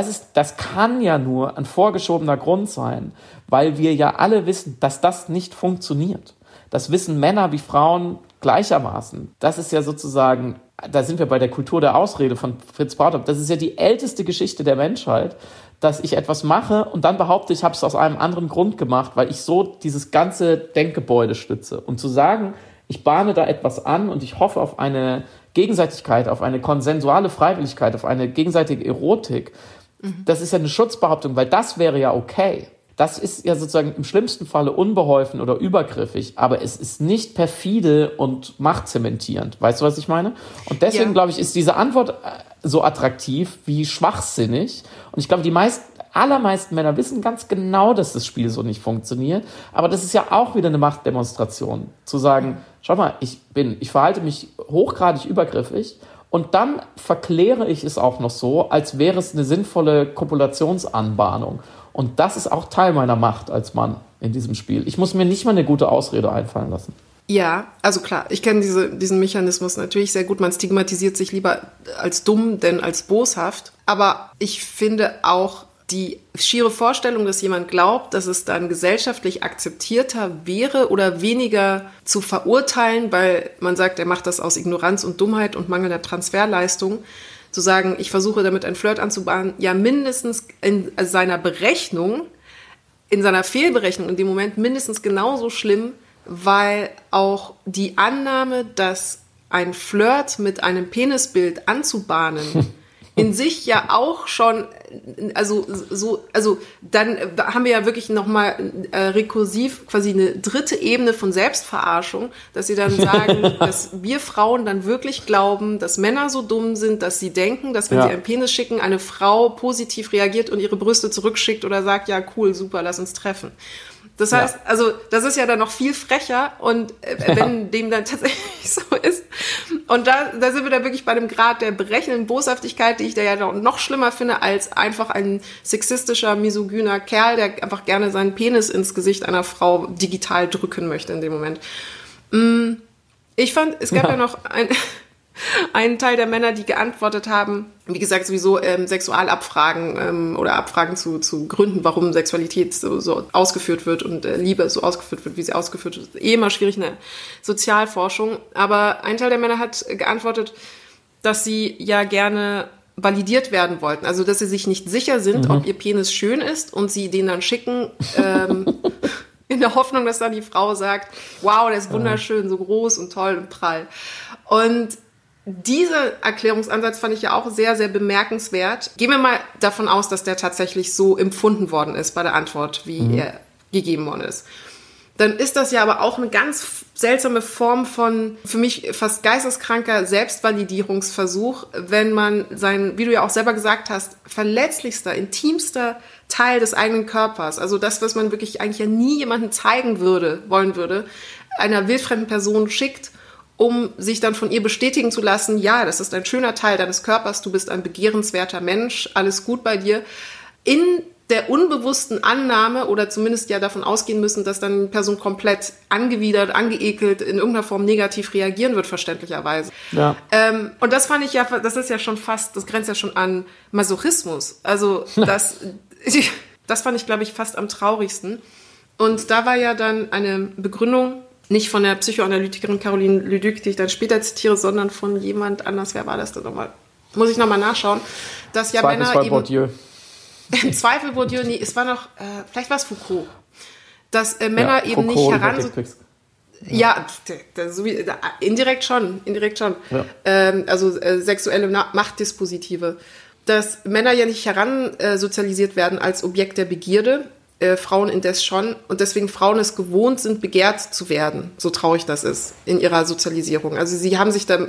Das kann ja nur ein vorgeschobener Grund sein, weil wir ja alle wissen, dass das nicht funktioniert. Das wissen Männer wie Frauen gleichermaßen. Das ist ja sozusagen, da sind wir bei der Kultur der Ausrede von Fritz Bartop. Das ist ja die älteste Geschichte der Menschheit, dass ich etwas mache und dann behaupte, ich habe es aus einem anderen Grund gemacht, weil ich so dieses ganze Denkgebäude stütze. Und zu sagen, ich bahne da etwas an und ich hoffe auf eine Gegenseitigkeit, auf eine konsensuale Freiwilligkeit, auf eine gegenseitige Erotik, das ist ja eine Schutzbehauptung, weil das wäre ja okay. Das ist ja sozusagen im schlimmsten Falle unbeholfen oder übergriffig, aber es ist nicht perfide und machtzementierend. Weißt du, was ich meine? Und deswegen, glaube ich, ist diese Antwort so attraktiv wie schwachsinnig. Und ich glaube, die allermeisten Männer wissen ganz genau, dass das Spiel so nicht funktioniert. Aber das ist ja auch wieder eine Machtdemonstration. Zu sagen, schau mal, ich verhalte mich hochgradig übergriffig und dann verkläre ich es auch noch so, als wäre es eine sinnvolle Kopulationsanbahnung. Und das ist auch Teil meiner Macht als Mann in diesem Spiel. Ich muss mir nicht mal eine gute Ausrede einfallen lassen. Ja, also klar, ich kenne diesen Mechanismus natürlich sehr gut. Man stigmatisiert sich lieber als dumm, denn als boshaft. Aber ich finde auch die schiere Vorstellung, dass jemand glaubt, dass es dann gesellschaftlich akzeptierter wäre oder weniger zu verurteilen, weil man sagt, er macht das aus Ignoranz und Dummheit und mangelnder Transferleistung, zu sagen, ich versuche damit einen Flirt anzubahnen, ja mindestens in seiner Berechnung, in seiner Fehlberechnung in dem Moment mindestens genauso schlimm, weil auch die Annahme, dass ein Flirt mit einem Penisbild anzubahnen in sich ja auch schon, also dann haben wir ja wirklich nochmal rekursiv quasi eine dritte Ebene von Selbstverarschung, dass sie dann sagen, dass wir Frauen dann wirklich glauben, dass Männer so dumm sind, dass sie denken, dass wenn sie einen Penis schicken, eine Frau positiv reagiert und ihre Brüste zurückschickt oder sagt, ja cool, super, lass uns treffen. Das heißt, also das ist ja dann noch viel frecher und wenn dem dann tatsächlich so ist. Und da sind wir dann wirklich bei dem Grad der berechnenden Boshaftigkeit, die ich da ja noch schlimmer finde, als einfach ein sexistischer, misogyner Kerl, der einfach gerne seinen Penis ins Gesicht einer Frau digital drücken möchte in dem Moment. Ich fand, es gab ja noch einen Teil der Männer, die geantwortet haben, wie gesagt, sowieso Sexualabfragen oder Abfragen zu Gründen, warum Sexualität so ausgeführt wird und Liebe so ausgeführt wird, wie sie ausgeführt wird. Immer schwierig in der Sozialforschung. Aber ein Teil der Männer hat geantwortet, dass sie ja gerne validiert werden wollten. Also, dass sie sich nicht sicher sind, ob ihr Penis schön ist und sie den dann schicken, in der Hoffnung, dass dann die Frau sagt, wow, der ist wunderschön, so groß und toll und prall. Und dieser Erklärungsansatz fand ich ja auch sehr, sehr bemerkenswert. Gehen wir mal davon aus, dass der tatsächlich so empfunden worden ist bei der Antwort, wie er gegeben worden ist. Dann ist das ja aber auch eine ganz seltsame Form von, für mich fast geisteskranker Selbstvalidierungsversuch, wenn man sein, wie du ja auch selber gesagt hast, verletzlichster, intimster Teil des eigenen Körpers, also das, was man wirklich eigentlich ja nie jemandem zeigen wollen würde, einer wildfremden Person schickt, um sich dann von ihr bestätigen zu lassen, ja, das ist ein schöner Teil deines Körpers, du bist ein begehrenswerter Mensch, alles gut bei dir, in der unbewussten Annahme oder zumindest ja davon ausgehen müssen, dass dann eine Person komplett angewidert, angeekelt, in irgendeiner Form negativ reagieren wird, verständlicherweise. Ja. Und das fand ich ja, das ist ja schon fast, das grenzt ja schon an Masochismus. Also das fand ich, glaube ich, fast am traurigsten. Und da war ja dann eine Begründung, nicht von der Psychoanalytikerin Caroline Leduc, die ich dann später zitiere, sondern von jemand anders. Wer war das denn nochmal? Muss ich nochmal nachschauen. Dass ja Männer eben... Bourdieu. Im Zweifel Bourdieu, nee, es war noch, vielleicht war es Foucault, dass Männer eben Foucault nicht heran... Indirekt schon. Ja. Sexuelle Machtdispositive. Dass Männer ja nicht heransozialisiert werden als Objekt der Begierde, Frauen indes schon. Und deswegen Frauen es gewohnt sind, begehrt zu werden, so traurig das ist, in ihrer Sozialisierung. Also sie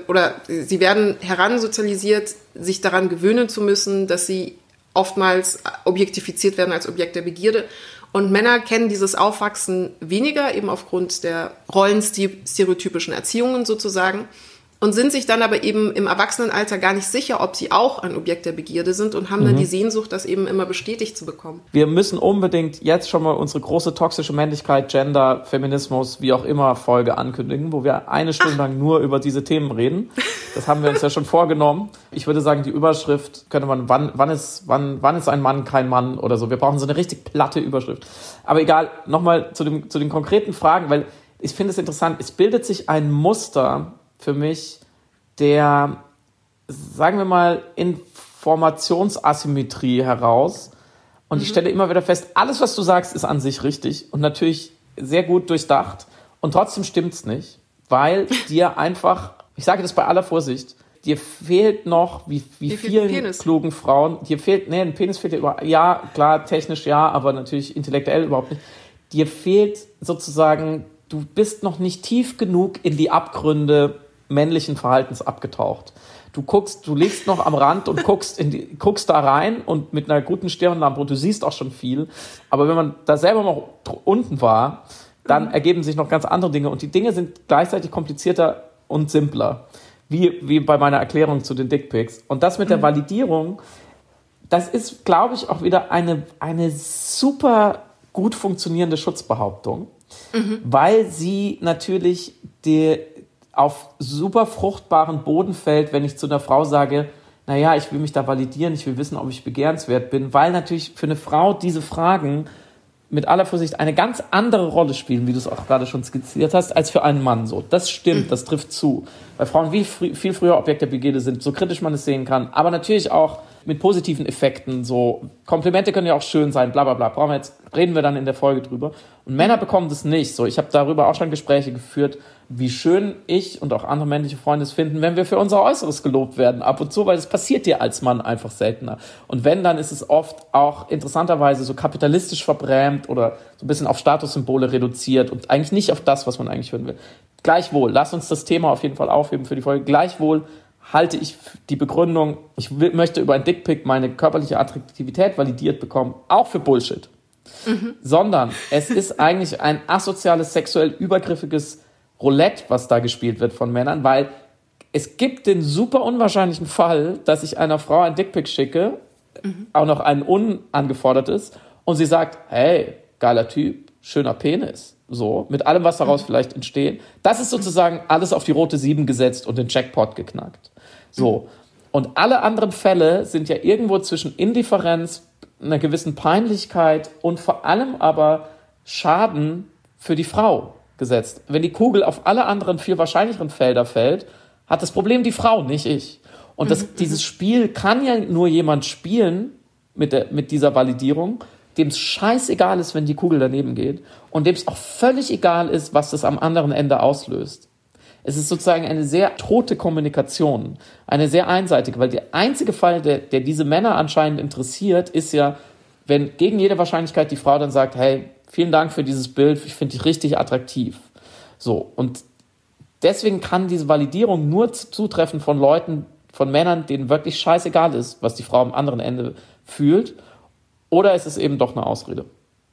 werden heransozialisiert, sich daran gewöhnen zu müssen, dass sie oftmals objektifiziert werden als Objekt der Begierde. Und Männer kennen dieses Aufwachsen weniger, eben aufgrund der rollenstereotypischen Erziehungen sozusagen, und sind sich dann aber eben im Erwachsenenalter gar nicht sicher, ob sie auch ein Objekt der Begierde sind und haben dann die Sehnsucht, das eben immer bestätigt zu bekommen. Wir müssen unbedingt jetzt schon mal unsere große toxische Männlichkeit, Gender, Feminismus, wie auch immer Folge ankündigen, wo wir 1 Stunde lang nur über diese Themen reden. Das haben wir uns ja schon vorgenommen. Ich würde sagen, die Überschrift könnte man, wann ist ein Mann kein Mann oder so. Wir brauchen so eine richtig platte Überschrift. Aber egal, nochmal zu den konkreten Fragen, weil ich finde es interessant, es bildet sich ein Muster für mich, der, sagen wir mal, Informationsasymmetrie heraus. Und ich stelle immer wieder fest, alles, was du sagst, ist an sich richtig und natürlich sehr gut durchdacht. Und trotzdem stimmt's nicht, weil dir einfach, ich sage das bei aller Vorsicht, dir fehlt noch, wie vielen klugen Frauen, ein Penis fehlt dir überhaupt, ja, klar, technisch ja, aber natürlich intellektuell überhaupt nicht. Dir fehlt sozusagen, du bist noch nicht tief genug in die Abgründe männlichen Verhaltens abgetaucht. Du liegst noch am Rand und guckst da rein und mit einer guten Stirnlampe und du siehst auch schon viel. Aber wenn man da selber mal unten war, dann ergeben sich noch ganz andere Dinge und die Dinge sind gleichzeitig komplizierter und simpler. Wie bei meiner Erklärung zu den Dickpics. Und das mit der Validierung, das ist, glaube ich, auch wieder eine super gut funktionierende Schutzbehauptung, weil sie natürlich auf super fruchtbaren Boden fällt, wenn ich zu einer Frau sage, naja, ich will mich da validieren, ich will wissen, ob ich begehrenswert bin, weil natürlich für eine Frau diese Fragen mit aller Vorsicht eine ganz andere Rolle spielen, wie du es auch gerade schon skizziert hast, als für einen Mann so. Das stimmt, das trifft zu. Weil Frauen viel früher Objekt der Begierde sind, so kritisch man es sehen kann, aber natürlich auch mit positiven Effekten, so Komplimente können ja auch schön sein, bla bla bla, reden wir dann in der Folge drüber. Und Männer bekommen das nicht so. Ich habe darüber auch schon Gespräche geführt, wie schön ich und auch andere männliche Freunde es finden, wenn wir für unser Äußeres gelobt werden, ab und zu, weil es passiert dir als Mann einfach seltener. Und wenn, dann ist es oft auch interessanterweise so kapitalistisch verbrämt oder so ein bisschen auf Statussymbole reduziert und eigentlich nicht auf das, was man eigentlich hören will. Gleichwohl, lass uns das Thema auf jeden Fall aufheben für die Folge. Gleichwohl halte ich die Begründung, ich möchte über ein Dickpic meine körperliche Attraktivität validiert bekommen, auch für Bullshit. Sondern es ist eigentlich ein asoziales, sexuell übergriffiges Roulette, was da gespielt wird von Männern, weil es gibt den super unwahrscheinlichen Fall, dass ich einer Frau ein Dickpic schicke, auch noch ein unangefordertes, und sie sagt, hey, geiler Typ, schöner Penis, so, mit allem, was daraus vielleicht entsteht. Das ist sozusagen alles auf die rote 7 gesetzt und den Jackpot geknackt. So. Und alle anderen Fälle sind ja irgendwo zwischen Indifferenz, einer gewissen Peinlichkeit und vor allem aber Schaden für die Frau gesetzt. Wenn die Kugel auf alle anderen viel wahrscheinlicheren Felder fällt, hat das Problem die Frau, nicht ich. Und dieses Spiel kann ja nur jemand spielen mit dieser Validierung, dem es scheißegal ist, wenn die Kugel daneben geht und dem es auch völlig egal ist, was das am anderen Ende auslöst. Es ist sozusagen eine sehr tote Kommunikation, eine sehr einseitige, weil der einzige Fall, der diese Männer anscheinend interessiert, ist ja, wenn gegen jede Wahrscheinlichkeit die Frau dann sagt, hey, vielen Dank für dieses Bild, ich finde dich richtig attraktiv. So, und deswegen kann diese Validierung nur zutreffen von Leuten, von Männern, denen wirklich scheißegal ist, was die Frau am anderen Ende fühlt, oder es ist eben doch eine Ausrede.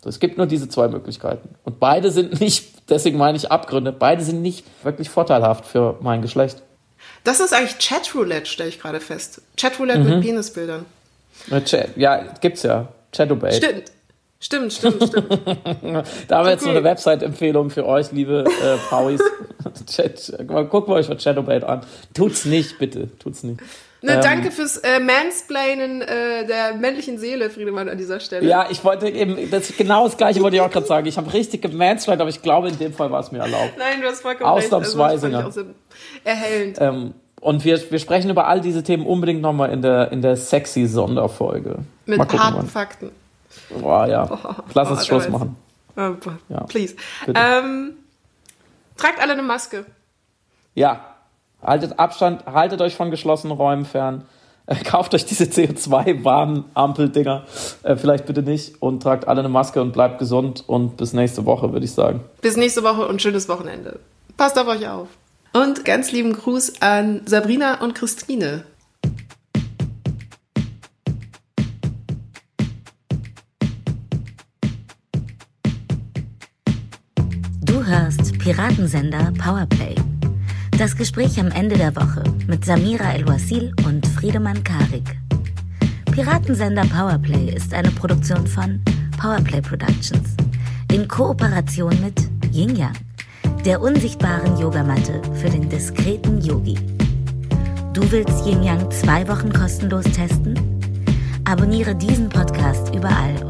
Es gibt nur diese 2 Möglichkeiten. Und beide sind nicht, deswegen meine ich Abgründe, beide sind nicht wirklich vorteilhaft für mein Geschlecht. Das ist eigentlich Chatroulette, stelle ich gerade fest. Chatroulette mit Penisbildern. Ja, gibt's ja. Chatobate. Stimmt. Da haben wir jetzt noch eine Website-Empfehlung für euch, liebe Pauis. Guckt euch mal Chatobate an. Tut's nicht, bitte. Tut's nicht. Danke fürs Mansplainen der männlichen Seele, Friedemann, an dieser Stelle. Ja, ich wollte eben, genau das Gleiche wollte ich auch gerade sagen. Ich habe richtig gemansplained, aber ich glaube, in dem Fall war es mir erlaubt. Nein, du hast vollkommen Ausnahmsweise. recht. Also, erhellend. Und wir sprechen über all diese Themen unbedingt nochmal in der sexy Sonderfolge. Mit harten Fakten. Boah, ja. Lass uns Schluss machen. Ja, please. Tragt alle eine Maske. Ja. Haltet Abstand, haltet euch von geschlossenen Räumen fern. Kauft euch diese CO2-Warn-Ampel-Dinger. Vielleicht bitte nicht. Und tragt alle eine Maske und bleibt gesund. Und bis nächste Woche, würde ich sagen. Bis nächste Woche und schönes Wochenende. Passt auf euch auf. Und ganz lieben Gruß an Sabrina und Christine. Du hörst Piratensender Powerplay. Das Gespräch am Ende der Woche mit Samira El-Wasil und Friedemann Karik. Piratensender Powerplay ist eine Produktion von Powerplay Productions in Kooperation mit Yin Yang, der unsichtbaren Yogamatte für den diskreten Yogi. Du willst Yin Yang 2 Wochen kostenlos testen? Abonniere diesen Podcast überall